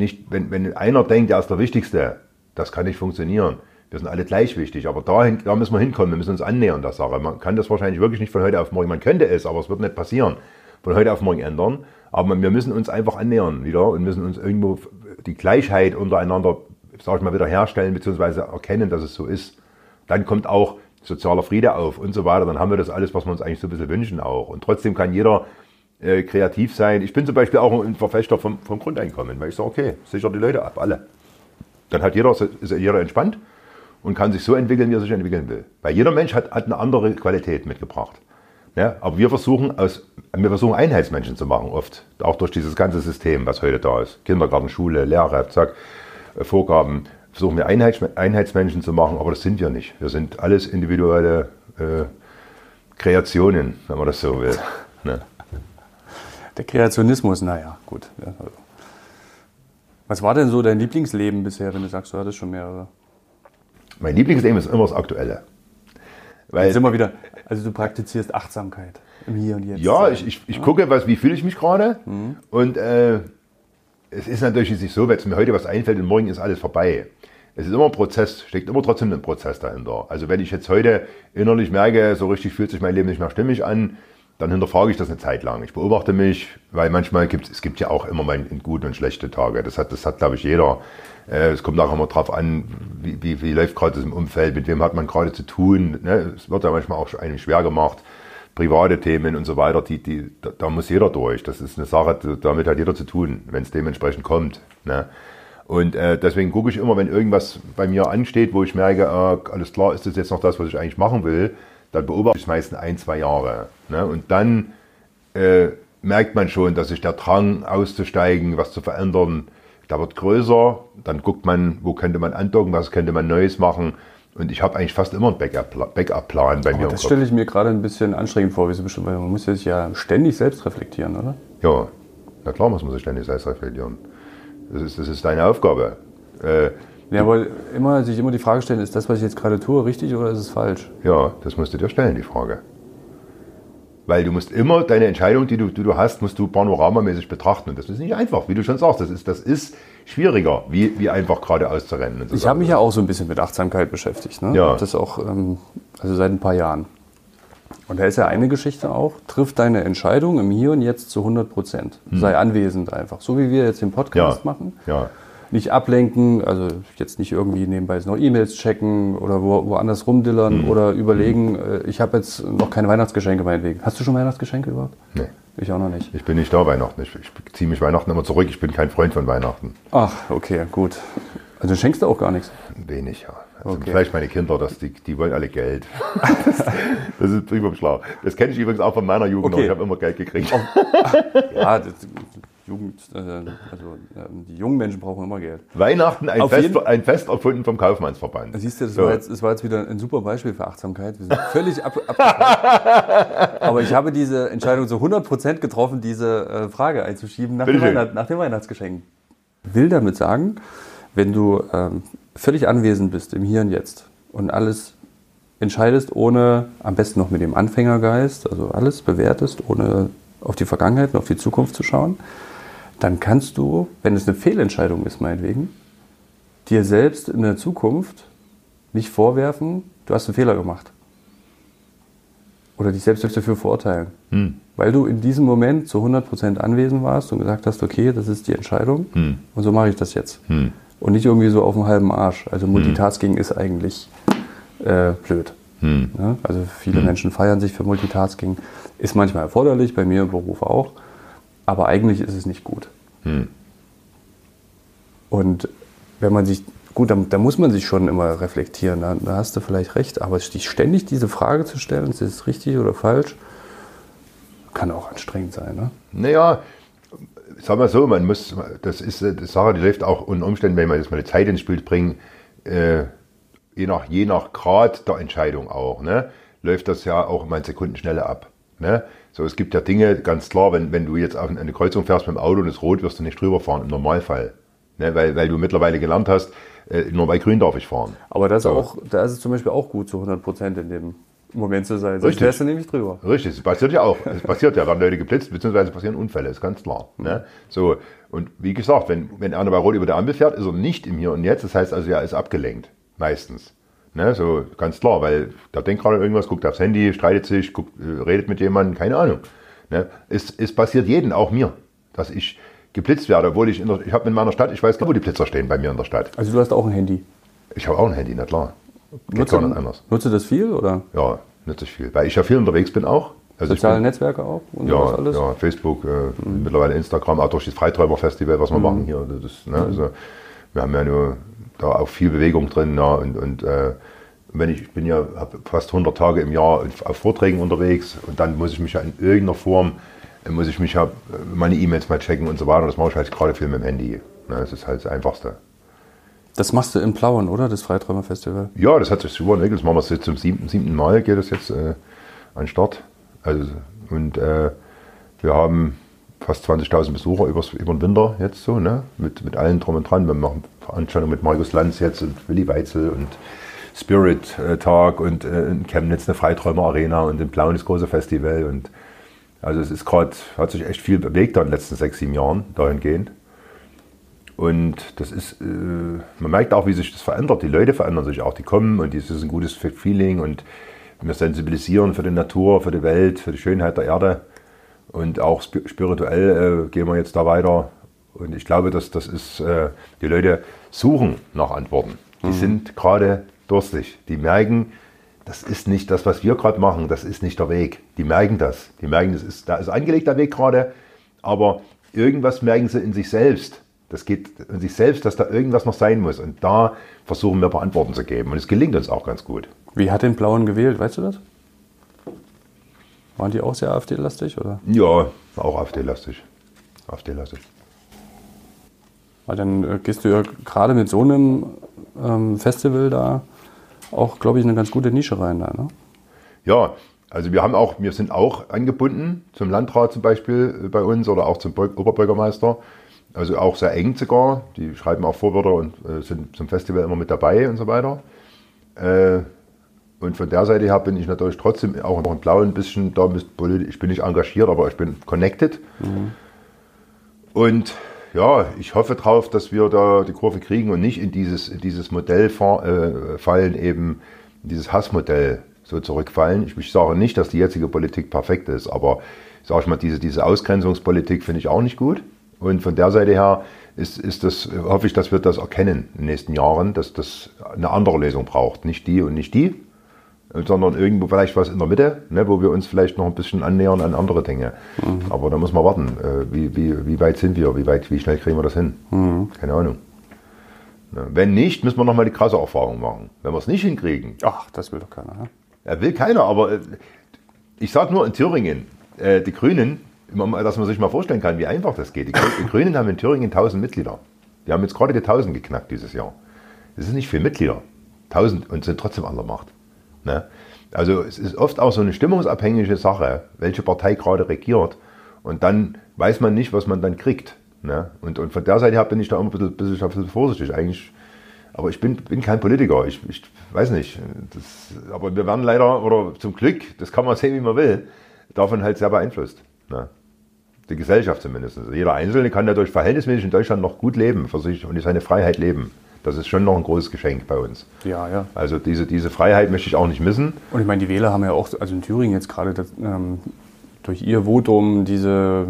wenn einer denkt, er ist der Wichtigste, das kann nicht funktionieren. Wir sind alle gleich wichtig, aber da müssen wir hinkommen, wir müssen uns annähern der Sache. Man kann das wahrscheinlich wirklich nicht von heute auf morgen, man könnte es, aber es wird nicht passieren, von heute auf morgen ändern. Aber wir müssen uns einfach annähern wieder und müssen uns irgendwo die Gleichheit untereinander, sag ich mal, wieder herstellen, beziehungsweise erkennen, dass es so ist. Dann kommt auch sozialer Friede auf und so weiter. Dann haben wir das alles, was wir uns eigentlich so ein bisschen wünschen auch. Und trotzdem kann jeder kreativ sein. Ich bin zum Beispiel auch ein Verfechter vom Grundeinkommen, weil ich sage, okay, sicher die Leute ab, alle. Dann ist jeder entspannt und kann sich so entwickeln, wie er sich entwickeln will. Weil jeder Mensch hat eine andere Qualität mitgebracht. Ja, aber wir versuchen Einheitsmenschen zu machen, oft. Auch durch dieses ganze System, was heute da ist. Kindergarten, Schule, Lehre, zack, Vorgaben. Versuchen wir Einheitsmenschen zu machen, aber das sind wir nicht. Wir sind alles individuelle Kreationen, wenn man das so will. Ne? Der Kreationismus, naja, gut. Ja, also. Was war denn so dein Lieblingsleben bisher, wenn du sagst, du hattest schon mehrere? Mein Lieblingsleben ist immer das Aktuelle. Weil jetzt immer wieder, also du praktizierst Achtsamkeit im Hier und Jetzt. Ja, ich gucke, wie fühle ich mich gerade. Mhm. Und es ist natürlich nicht so, wenn mir heute was einfällt und morgen ist alles vorbei. Es ist immer ein Prozess, steckt immer trotzdem ein Prozess dahinter. Also wenn ich jetzt heute innerlich merke, so richtig fühlt sich mein Leben nicht mehr stimmig an, dann hinterfrage ich das eine Zeit lang. Ich beobachte mich, weil manchmal es gibt ja auch immer mal gute und schlechte Tage. Das hat glaube ich, jeder. Es kommt auch immer drauf an, wie läuft gerade das im Umfeld, mit wem hat man gerade zu tun. Ne? Es wird ja manchmal auch einem schwer gemacht, private Themen und so weiter, da muss jeder durch. Das ist eine Sache, damit hat jeder zu tun, wenn es dementsprechend kommt. Ne? Und deswegen gucke ich immer, wenn irgendwas bei mir ansteht, wo ich merke, alles klar, ist das jetzt noch das, was ich eigentlich machen will, dann beobachte ich es meistens 1-2 Jahre. Ne? Und dann merkt man schon, dass sich der Drang auszusteigen, was zu verändern, der wird größer. Dann guckt man, wo könnte man andocken, was könnte man Neues machen. Und ich habe eigentlich fast immer einen Backup-Plan bei mir im Kopf. Das stelle ich mir gerade ein bisschen anstrengend vor, weil man muss sich ja ständig selbst reflektieren, oder? Ja, na klar muss man sich ständig selbst reflektieren. Das ist deine Aufgabe. Ja, aber sich immer die Frage stellen, ist das, was ich jetzt gerade tue, richtig oder ist es falsch? Ja, das musst du dir stellen, die Frage. Weil du musst immer deine Entscheidung, die du hast, musst du panoramamäßig betrachten. Und das ist nicht einfach, wie du schon sagst. Das ist schwieriger, wie einfach gerade auszurennen. Ich habe mich ja auch so ein bisschen mit Achtsamkeit beschäftigt. Ne? Ja. Das auch also seit ein paar Jahren. Und da ist ja eine Geschichte auch, triff deine Entscheidung im Hier und Jetzt zu 100%. Sei anwesend einfach. So wie wir jetzt den Podcast machen. Ja. Nicht ablenken, also jetzt nicht irgendwie nebenbei noch E-Mails checken oder woanders rumdillern oder überlegen, ich habe jetzt noch keine Weihnachtsgeschenke meinetwegen. Hast du schon Weihnachtsgeschenke überhaupt? Nee. Ich auch noch nicht. Ich bin nicht da Weihnachten. Ich ziehe mich Weihnachten immer zurück. Ich bin kein Freund von Weihnachten. Ach, okay, gut. Also schenkst du auch gar nichts? Wenig, ja. Also okay. Vielleicht meine Kinder, die wollen alle Geld. Das ist prima schlau. Das kenne ich übrigens auch von meiner Jugend. Okay. Ich habe immer Geld gekriegt. Ja, die jungen Menschen brauchen immer Geld. Weihnachten, ein Fest erfunden vom Kaufmannsverband. Siehst du, das war jetzt wieder ein super Beispiel für Achtsamkeit. Wir sind völlig Aber ich habe diese Entscheidung so 100% getroffen, diese Frage einzuschieben nach den Weihnachtsgeschenken. Ich will damit sagen, wenn du völlig anwesend bist im Hier und Jetzt und alles entscheidest, ohne, am besten noch mit dem Anfängergeist, also alles bewertest, ohne auf die Vergangenheit und auf die Zukunft zu schauen, dann kannst du, wenn es eine Fehlentscheidung ist, meinetwegen, dir selbst in der Zukunft nicht vorwerfen, du hast einen Fehler gemacht. Oder dich selbst dafür verurteilen. Weil du in diesem Moment zu 100% anwesend warst und gesagt hast, okay, das ist die Entscheidung und so mache ich das jetzt. Und nicht irgendwie so auf dem halben Arsch. Also Multitasking ist eigentlich blöd. Ja? Also viele Menschen feiern sich für Multitasking. Ist manchmal erforderlich, bei mir im Beruf auch. Aber eigentlich ist es nicht gut. Und wenn man sich, gut, da muss man sich schon immer reflektieren, da hast du vielleicht recht, aber sich ständig diese Frage zu stellen, ist es richtig oder falsch, kann auch anstrengend sein. Ne? Naja, sagen wir so, man muss, das ist eine Sache, die läuft auch unter Umständen, wenn man jetzt mal die Zeit ins Spiel bringt, je nach Grad der Entscheidung auch, ne, läuft das ja auch immer in Sekundenschnelle ab. Ne? So, es gibt ja Dinge, ganz klar, wenn du jetzt auf eine Kreuzung fährst mit dem Auto und es rot, wirst du nicht drüber fahren, im Normalfall. Ne? Weil du mittlerweile gelernt hast, nur bei grün darf ich fahren. Aber da ist es zum Beispiel auch gut, zu 100% in dem Moment zu sein. Sonst fährst du nämlich drüber. Richtig, es passiert ja auch. Es passiert ja, werden Leute geblitzt, beziehungsweise passieren Unfälle, ist ganz klar. Ne? So, und wie gesagt, wenn einer bei Rot über der Ampel fährt, ist er nicht im Hier und Jetzt. Das heißt also, er ist abgelenkt. Meistens. Ne? So, ganz klar, weil der denkt gerade irgendwas, guckt aufs Handy, streitet sich, redet mit jemandem, keine Ahnung. Ne? Es passiert jedem, auch mir, dass ich geblitzt werde, obwohl ich habe in meiner Stadt, ich weiß gar nicht, wo die Blitzer stehen bei mir in der Stadt. Also du hast auch ein Handy? Ich habe auch ein Handy, na klar. Geht gar nicht anders. Nutzt du das viel, oder? Ja, nutze ich viel, weil ich ja viel unterwegs bin auch. Also soziale Netzwerke auch? Und ja, alles? Ja, Facebook, mittlerweile Instagram, auch durch das Freiträumer-Festival, was wir machen hier. Das, ne, also, wir haben ja nur da auch viel Bewegung drin. Ja, und ich bin ja fast 100 Tage im Jahr auf Vorträgen unterwegs und dann muss ich mich ja in irgendeiner Form, meine E-Mails mal checken und so weiter. Das mache ich halt gerade viel mit dem Handy. Ne, das ist halt das Einfachste. Das machst du in Plauen, oder? Das Freiträumer-Festival? Ja, das hat sich super entwickelt. Das machen wir jetzt zum siebten Mal, geht das jetzt an den Start. Also, und wir haben fast 20.000 Besucher über den Winter jetzt so, ne? Mit allen drum und dran. Wir machen Veranstaltungen mit Markus Lanz jetzt und Willi Weitzel und Spirit Tag und in Chemnitz eine Freiträumer Arena und in Plauen das große Festival. Und also es ist hat sich echt viel bewegt in den letzten 6-7 Jahren dahingehend. Und das ist, man merkt auch, wie sich das verändert. Die Leute verändern sich auch, die kommen und es ist ein gutes Feeling und wir sensibilisieren für die Natur, für die Welt, für die Schönheit der Erde und auch spirituell gehen wir jetzt da weiter. Und ich glaube, dass das ist, die Leute suchen nach Antworten. Die sind gerade durstig. Die merken, das ist nicht das, was wir gerade machen, das ist nicht der Weg. Die merken das. Die merken, da ist angelegt der Weg gerade, aber irgendwas merken sie in sich selbst. Das geht in sich selbst, dass da irgendwas noch sein muss. Und da versuchen wir ein paar Antworten zu geben. Und es gelingt uns auch ganz gut. Wie hat den Blauen gewählt, weißt du das? Waren die auch sehr AfD-lastig, oder? Ja, auch AfD-lastig. Weil dann gehst du ja gerade mit so einem Festival da auch, glaube ich, eine ganz gute Nische rein. Da, ne? Ja, also wir sind auch angebunden zum Landrat zum Beispiel bei uns oder auch zum Oberbürgermeister. Also auch sehr eng sogar. Die schreiben auch Vorwörter und sind zum Festival immer mit dabei und so weiter. Und von der Seite her bin ich natürlich trotzdem auch in Blau ein bisschen da politisch. Ich bin nicht engagiert, aber ich bin connected. Und ja, ich hoffe drauf, dass wir da die Kurve kriegen und nicht in dieses Modell fallen, eben in dieses Hassmodell so zurückfallen. Ich sage nicht, dass die jetzige Politik perfekt ist, aber sage ich mal, diese Ausgrenzungspolitik finde ich auch nicht gut. Und von der Seite her hoffe ich, dass wir das erkennen in den nächsten Jahren, dass das eine andere Lösung braucht. Nicht die und nicht die, sondern irgendwo vielleicht was in der Mitte, ne, wo wir uns vielleicht noch ein bisschen annähern an andere Dinge. Aber da muss man warten. Wie weit sind wir? Wie schnell kriegen wir das hin? Keine Ahnung. Ja, wenn nicht, müssen wir nochmal die krasse Erfahrung machen. Wenn wir es nicht hinkriegen. Ach, das will doch keiner. Ne? Ja, will keiner, aber ich sage nur in Thüringen, die Grünen, dass man sich mal vorstellen kann, wie einfach das geht. Die Grünen haben in Thüringen 1000 Mitglieder. Die haben jetzt gerade die 1000 geknackt dieses Jahr. Das ist nicht viel Mitglieder. 1000 und sind trotzdem an der Macht. Ne? Also es ist oft auch so eine stimmungsabhängige Sache, welche Partei gerade regiert. Und dann weiß man nicht, was man dann kriegt. Ne? Und von der Seite her bin ich da immer ein bisschen vorsichtig. Eigentlich Aber ich bin kein Politiker. Ich weiß nicht. Aber wir werden leider, oder zum Glück, das kann man sehen, wie man will, davon halt sehr beeinflusst. Ne? Die Gesellschaft zumindest. Also jeder Einzelne kann dadurch verhältnismäßig in Deutschland noch gut leben, für sich und seine Freiheit leben. Das ist schon noch ein großes Geschenk bei uns. Ja, ja. Also diese Freiheit möchte ich auch nicht missen. Und ich meine, die Wähler haben ja auch, also in Thüringen jetzt gerade durch ihr Votum diese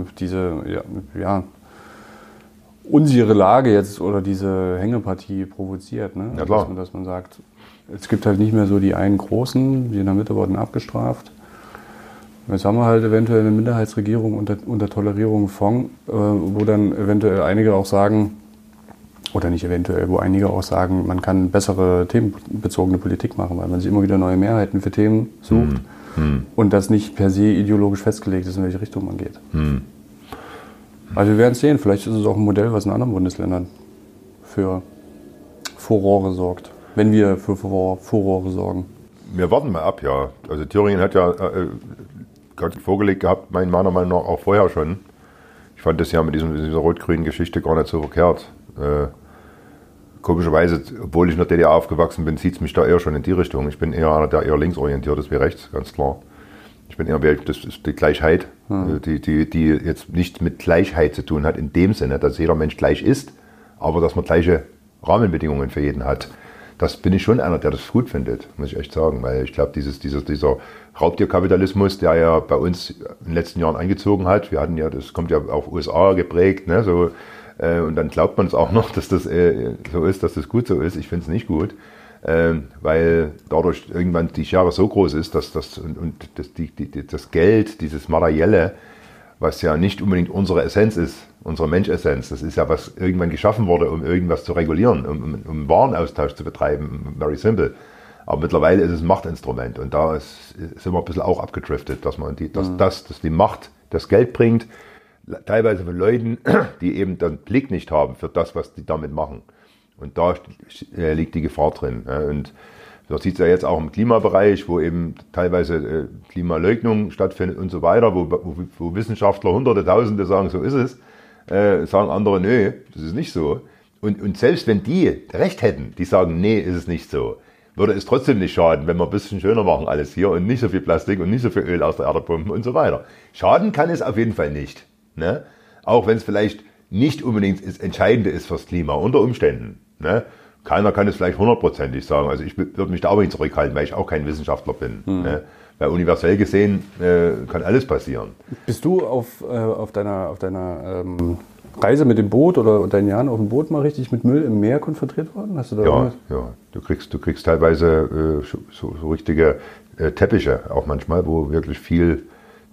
unsichere Lage jetzt oder diese Hängepartie provoziert. Ne? Ja, klar. Dass man sagt, es gibt halt nicht mehr so die einen Großen, die in der Mitte wurden abgestraft. Jetzt haben wir halt eventuell eine Minderheitsregierung unter Tolerierung von, wo dann eventuell einige auch sagen, oder nicht eventuell, wo einige auch sagen, man kann bessere themenbezogene Politik machen, weil man sich immer wieder neue Mehrheiten für Themen sucht und das nicht per se ideologisch festgelegt ist, in welche Richtung man geht. Also wir werden es sehen, vielleicht ist es auch ein Modell, was in anderen Bundesländern für Furore sorgt, wenn wir für Furore sorgen. Wir warten mal ab, ja. Also Thüringen hat ja vorgelegt gehabt, meiner Meinung nach auch vorher schon. Ich fand das ja mit dieser rot-grünen Geschichte gar nicht so verkehrt. Komischerweise, obwohl ich in der DDR aufgewachsen bin, zieht es mich da eher schon in die Richtung. Ich bin eher einer, der eher linksorientiert ist wie rechts, ganz klar. Ich bin eher, das ist die Gleichheit, die jetzt nicht mit Gleichheit zu tun hat, in dem Sinne, dass jeder Mensch gleich ist, aber dass man gleiche Rahmenbedingungen für jeden hat. Das bin ich schon einer, der das gut findet, muss ich echt sagen. Weil ich glaube, dieser Raubtierkapitalismus, der ja bei uns in den letzten Jahren eingezogen hat, wir hatten ja, das kommt ja auch USA geprägt, ne, so, und dann glaubt man es auch noch, dass das so ist, dass das gut so ist. Ich finde es nicht gut, weil dadurch irgendwann die Schere so groß ist, dass das Geld, dieses Materielle, was ja nicht unbedingt unsere Essenz ist, unsere Menschessenz, das ist ja, was irgendwann geschaffen wurde, um irgendwas zu regulieren, um Warenaustausch zu betreiben, very simple. Aber mittlerweile ist es ein Machtinstrument und da sind wir ein bisschen auch abgedriftet, dass die Macht das Geld bringt, teilweise von Leuten, die eben den Blick nicht haben für das, was die damit machen. Und da liegt die Gefahr drin. Und das sieht es ja jetzt auch im Klimabereich, wo eben teilweise Klimaleugnung stattfindet und so weiter, wo Wissenschaftler Hunderte, Tausende sagen, so ist es, sagen andere, nö, das ist nicht so. Und selbst wenn die recht hätten, die sagen, nee, ist es nicht so, würde es trotzdem nicht schaden, wenn wir ein bisschen schöner machen alles hier und nicht so viel Plastik und nicht so viel Öl aus der Erde pumpen und so weiter. Schaden kann es auf jeden Fall nicht. Ne? Auch wenn es vielleicht nicht unbedingt das Entscheidende ist fürs Klima, unter Umständen. Ne? Keiner kann es vielleicht 100%ig sagen. Also ich würde mich da auch nicht zurückhalten, weil ich auch kein Wissenschaftler bin. Ne? Weil universell gesehen kann alles passieren. Bist du auf deiner Reise mit dem Boot oder deinen Jahren auf dem Boot mal richtig mit Müll im Meer konfrontiert worden? Hast du da ja. Du kriegst teilweise so richtige Teppiche auch manchmal, wo wirklich viel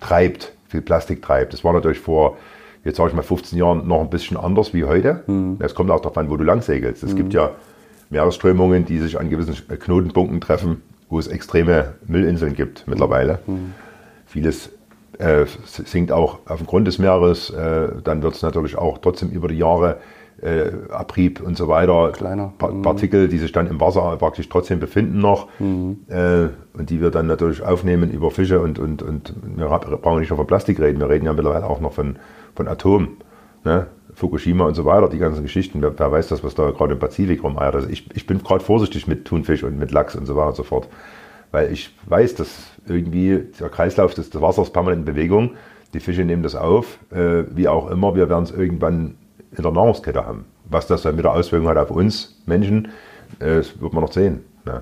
Plastik treibt. Das war natürlich vor, jetzt sage ich mal 15 Jahren noch ein bisschen anders wie heute. Es kommt auch darauf an, wo du lang segelst. Es gibt ja Meeresströmungen, die sich an gewissen Knotenpunkten treffen, wo es extreme Müllinseln gibt mittlerweile. Vieles sinkt auch auf dem Grund des Meeres. Dann wird es natürlich auch trotzdem über die Jahre Abrieb und so weiter, kleiner. Partikel, die sich dann im Wasser praktisch trotzdem befinden noch und die wir dann natürlich aufnehmen über Fische und wir brauchen nicht nur von Plastik reden, wir reden ja mittlerweile auch noch von Atom, ne? Fukushima und so weiter, die ganzen Geschichten, wer weiß das, was da gerade im Pazifik rumeiert. Also ich bin gerade vorsichtig mit Thunfisch und mit Lachs und so weiter und so fort, weil ich weiß, dass irgendwie der Kreislauf des Wassers permanent in Bewegung, die Fische nehmen das auf, wie auch immer, wir werden es irgendwann in der Nahrungskette haben. Was das dann wieder Auswirkungen hat auf uns Menschen, das wird man noch sehen. Ne?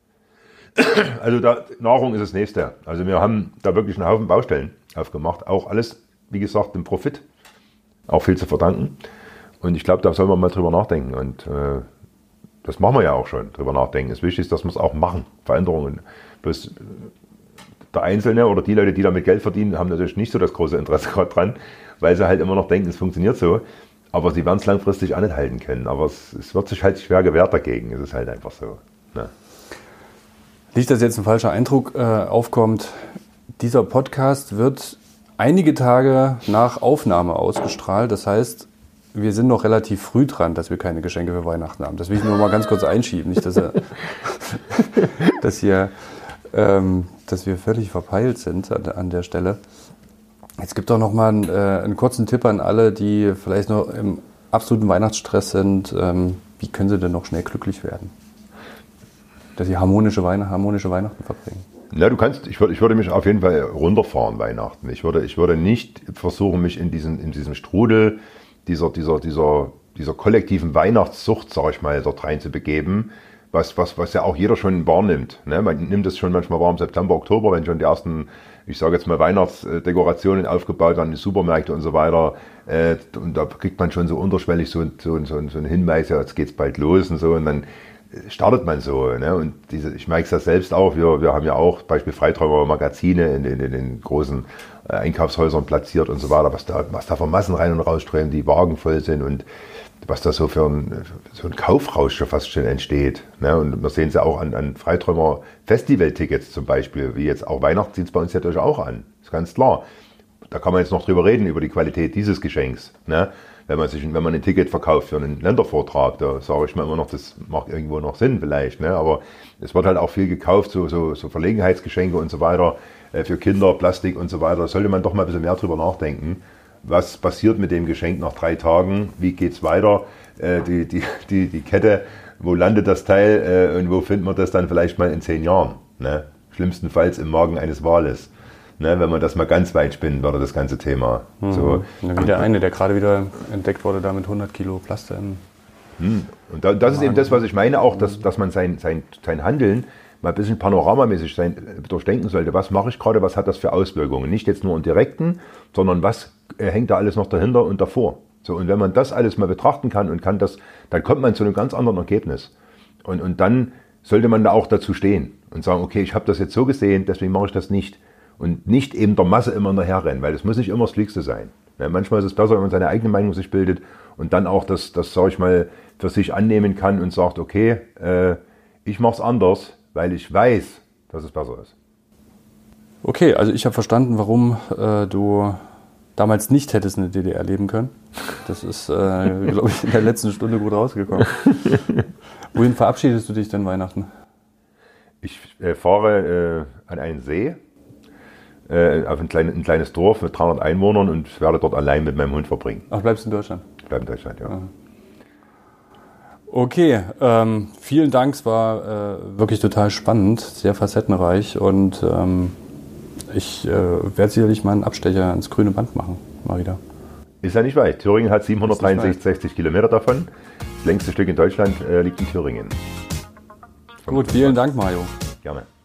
Also Nahrung ist das Nächste. Also wir haben da wirklich einen Haufen Baustellen aufgemacht. Auch alles, wie gesagt, dem Profit. Auch viel zu verdanken. Und ich glaube, da soll man mal drüber nachdenken. Und das machen wir ja auch schon, drüber nachdenken. Das Wichtige ist, dass wir es auch machen. Veränderungen. Bloß der Einzelne oder die Leute, die damit Geld verdienen, haben natürlich nicht so das große Interesse gerade dran, weil sie halt immer noch denken, es funktioniert so. Aber sie werden es langfristig auch nicht halten können. Aber es wird sich halt schwer gewehrt dagegen. Es ist halt einfach so. Ne? Nicht, dass jetzt ein falscher Eindruck aufkommt. Dieser Podcast wird einige Tage nach Aufnahme ausgestrahlt. Das heißt, wir sind noch relativ früh dran, dass wir keine Geschenke für Weihnachten haben. Das will ich nur mal ganz kurz einschieben. Nicht, dass wir völlig verpeilt sind an der Stelle. Jetzt gibt doch noch mal einen kurzen Tipp an alle, die vielleicht noch im absoluten Weihnachtsstress sind. wie können sie denn noch schnell glücklich werden? Dass sie harmonische Weihnachten verbringen. Ja, ich würde mich auf jeden Fall runterfahren Weihnachten. Ich würde nicht versuchen, mich in diesem Strudel dieser kollektiven Weihnachtssucht, sag ich mal, dort rein zu begeben, was ja auch jeder schon wahrnimmt. Ne? Man nimmt es schon manchmal wahr im September, Oktober, wenn schon die ersten, ich sage jetzt mal, Weihnachtsdekorationen aufgebaut werden, die Supermärkte und so weiter. Und da kriegt man schon so unterschwellig so einen Hinweis, ja, jetzt geht's bald los und so. Und dann startet man so. Ne? Und ich merke es ja selbst auch. Wir haben ja auch Beispiel Freiträumer Magazine in den großen Einkaufshäusern platziert und so weiter, was da für Massen rein und rausströmen, die Wagen voll sind und was da so für ein Kaufrausch schon fast schon entsteht. Ne? Und wir sehen es ja auch an Freiträumer Festival-Tickets zum Beispiel, wie jetzt auch Weihnachten sieht es bei uns ja durchaus auch an. Ist ganz klar. Da kann man jetzt noch drüber reden, über die Qualität dieses Geschenks. Ne? Wenn man ein Ticket verkauft für einen Ländervortrag, da sage ich mir immer noch, das macht irgendwo noch Sinn vielleicht. Ne? Aber es wird halt auch viel gekauft, so Verlegenheitsgeschenke und so weiter, für Kinder, Plastik und so weiter. Da sollte man doch mal ein bisschen mehr drüber nachdenken. Was passiert mit dem Geschenk nach 3 Tagen? Wie geht's weiter? Die Kette, wo landet das Teil und wo findet man das dann vielleicht mal in 10 Jahren? Ne? Schlimmstenfalls im Magen eines Wales. Ne, wenn man das mal ganz weit spinnen würde, das ganze Thema. Mhm. So. Wie der eine, der gerade wieder entdeckt wurde, da mit 100 Kilo Plaster im Und das ist eben das, was ich meine, auch, dass man sein Handeln mal ein bisschen panoramamäßig durchdenken sollte. Was mache ich gerade, was hat das für Auswirkungen? Nicht jetzt nur im Direkten, sondern was hängt da alles noch dahinter und davor. So, und wenn man das alles mal betrachten kann und dann kommt man zu einem ganz anderen Ergebnis. Und dann sollte man da auch dazu stehen und sagen, okay, ich habe das jetzt so gesehen, deswegen mache ich das nicht. Und nicht eben der Masse immer hinterherrennen, weil das muss nicht immer das Klügste sein. Ja, manchmal ist es besser, wenn man seine eigene Meinung sich bildet und dann auch das sage ich mal, für sich annehmen kann und sagt, okay, ich mache es anders, weil ich weiß, dass es besser ist. Okay, also ich habe verstanden, warum du damals nicht hättest in der DDR leben können. Das ist, glaube ich, in der letzten Stunde gut rausgekommen. Wohin verabschiedest du dich denn Weihnachten? Ich fahre an einen See. Auf ein kleines Dorf mit 300 Einwohnern und werde dort allein mit meinem Hund verbringen. Ach, bleibst du in Deutschland? Ich bleibe in Deutschland, ja. Okay, vielen Dank, es war wirklich total spannend, sehr facettenreich und ich werde sicherlich mal einen Abstecher ins grüne Band machen, mal wieder. Ist ja nicht weit. Thüringen hat 763 Kilometer davon. Das längste Stück in Deutschland liegt in Thüringen. Gut, vielen Dank, Mario. Gerne.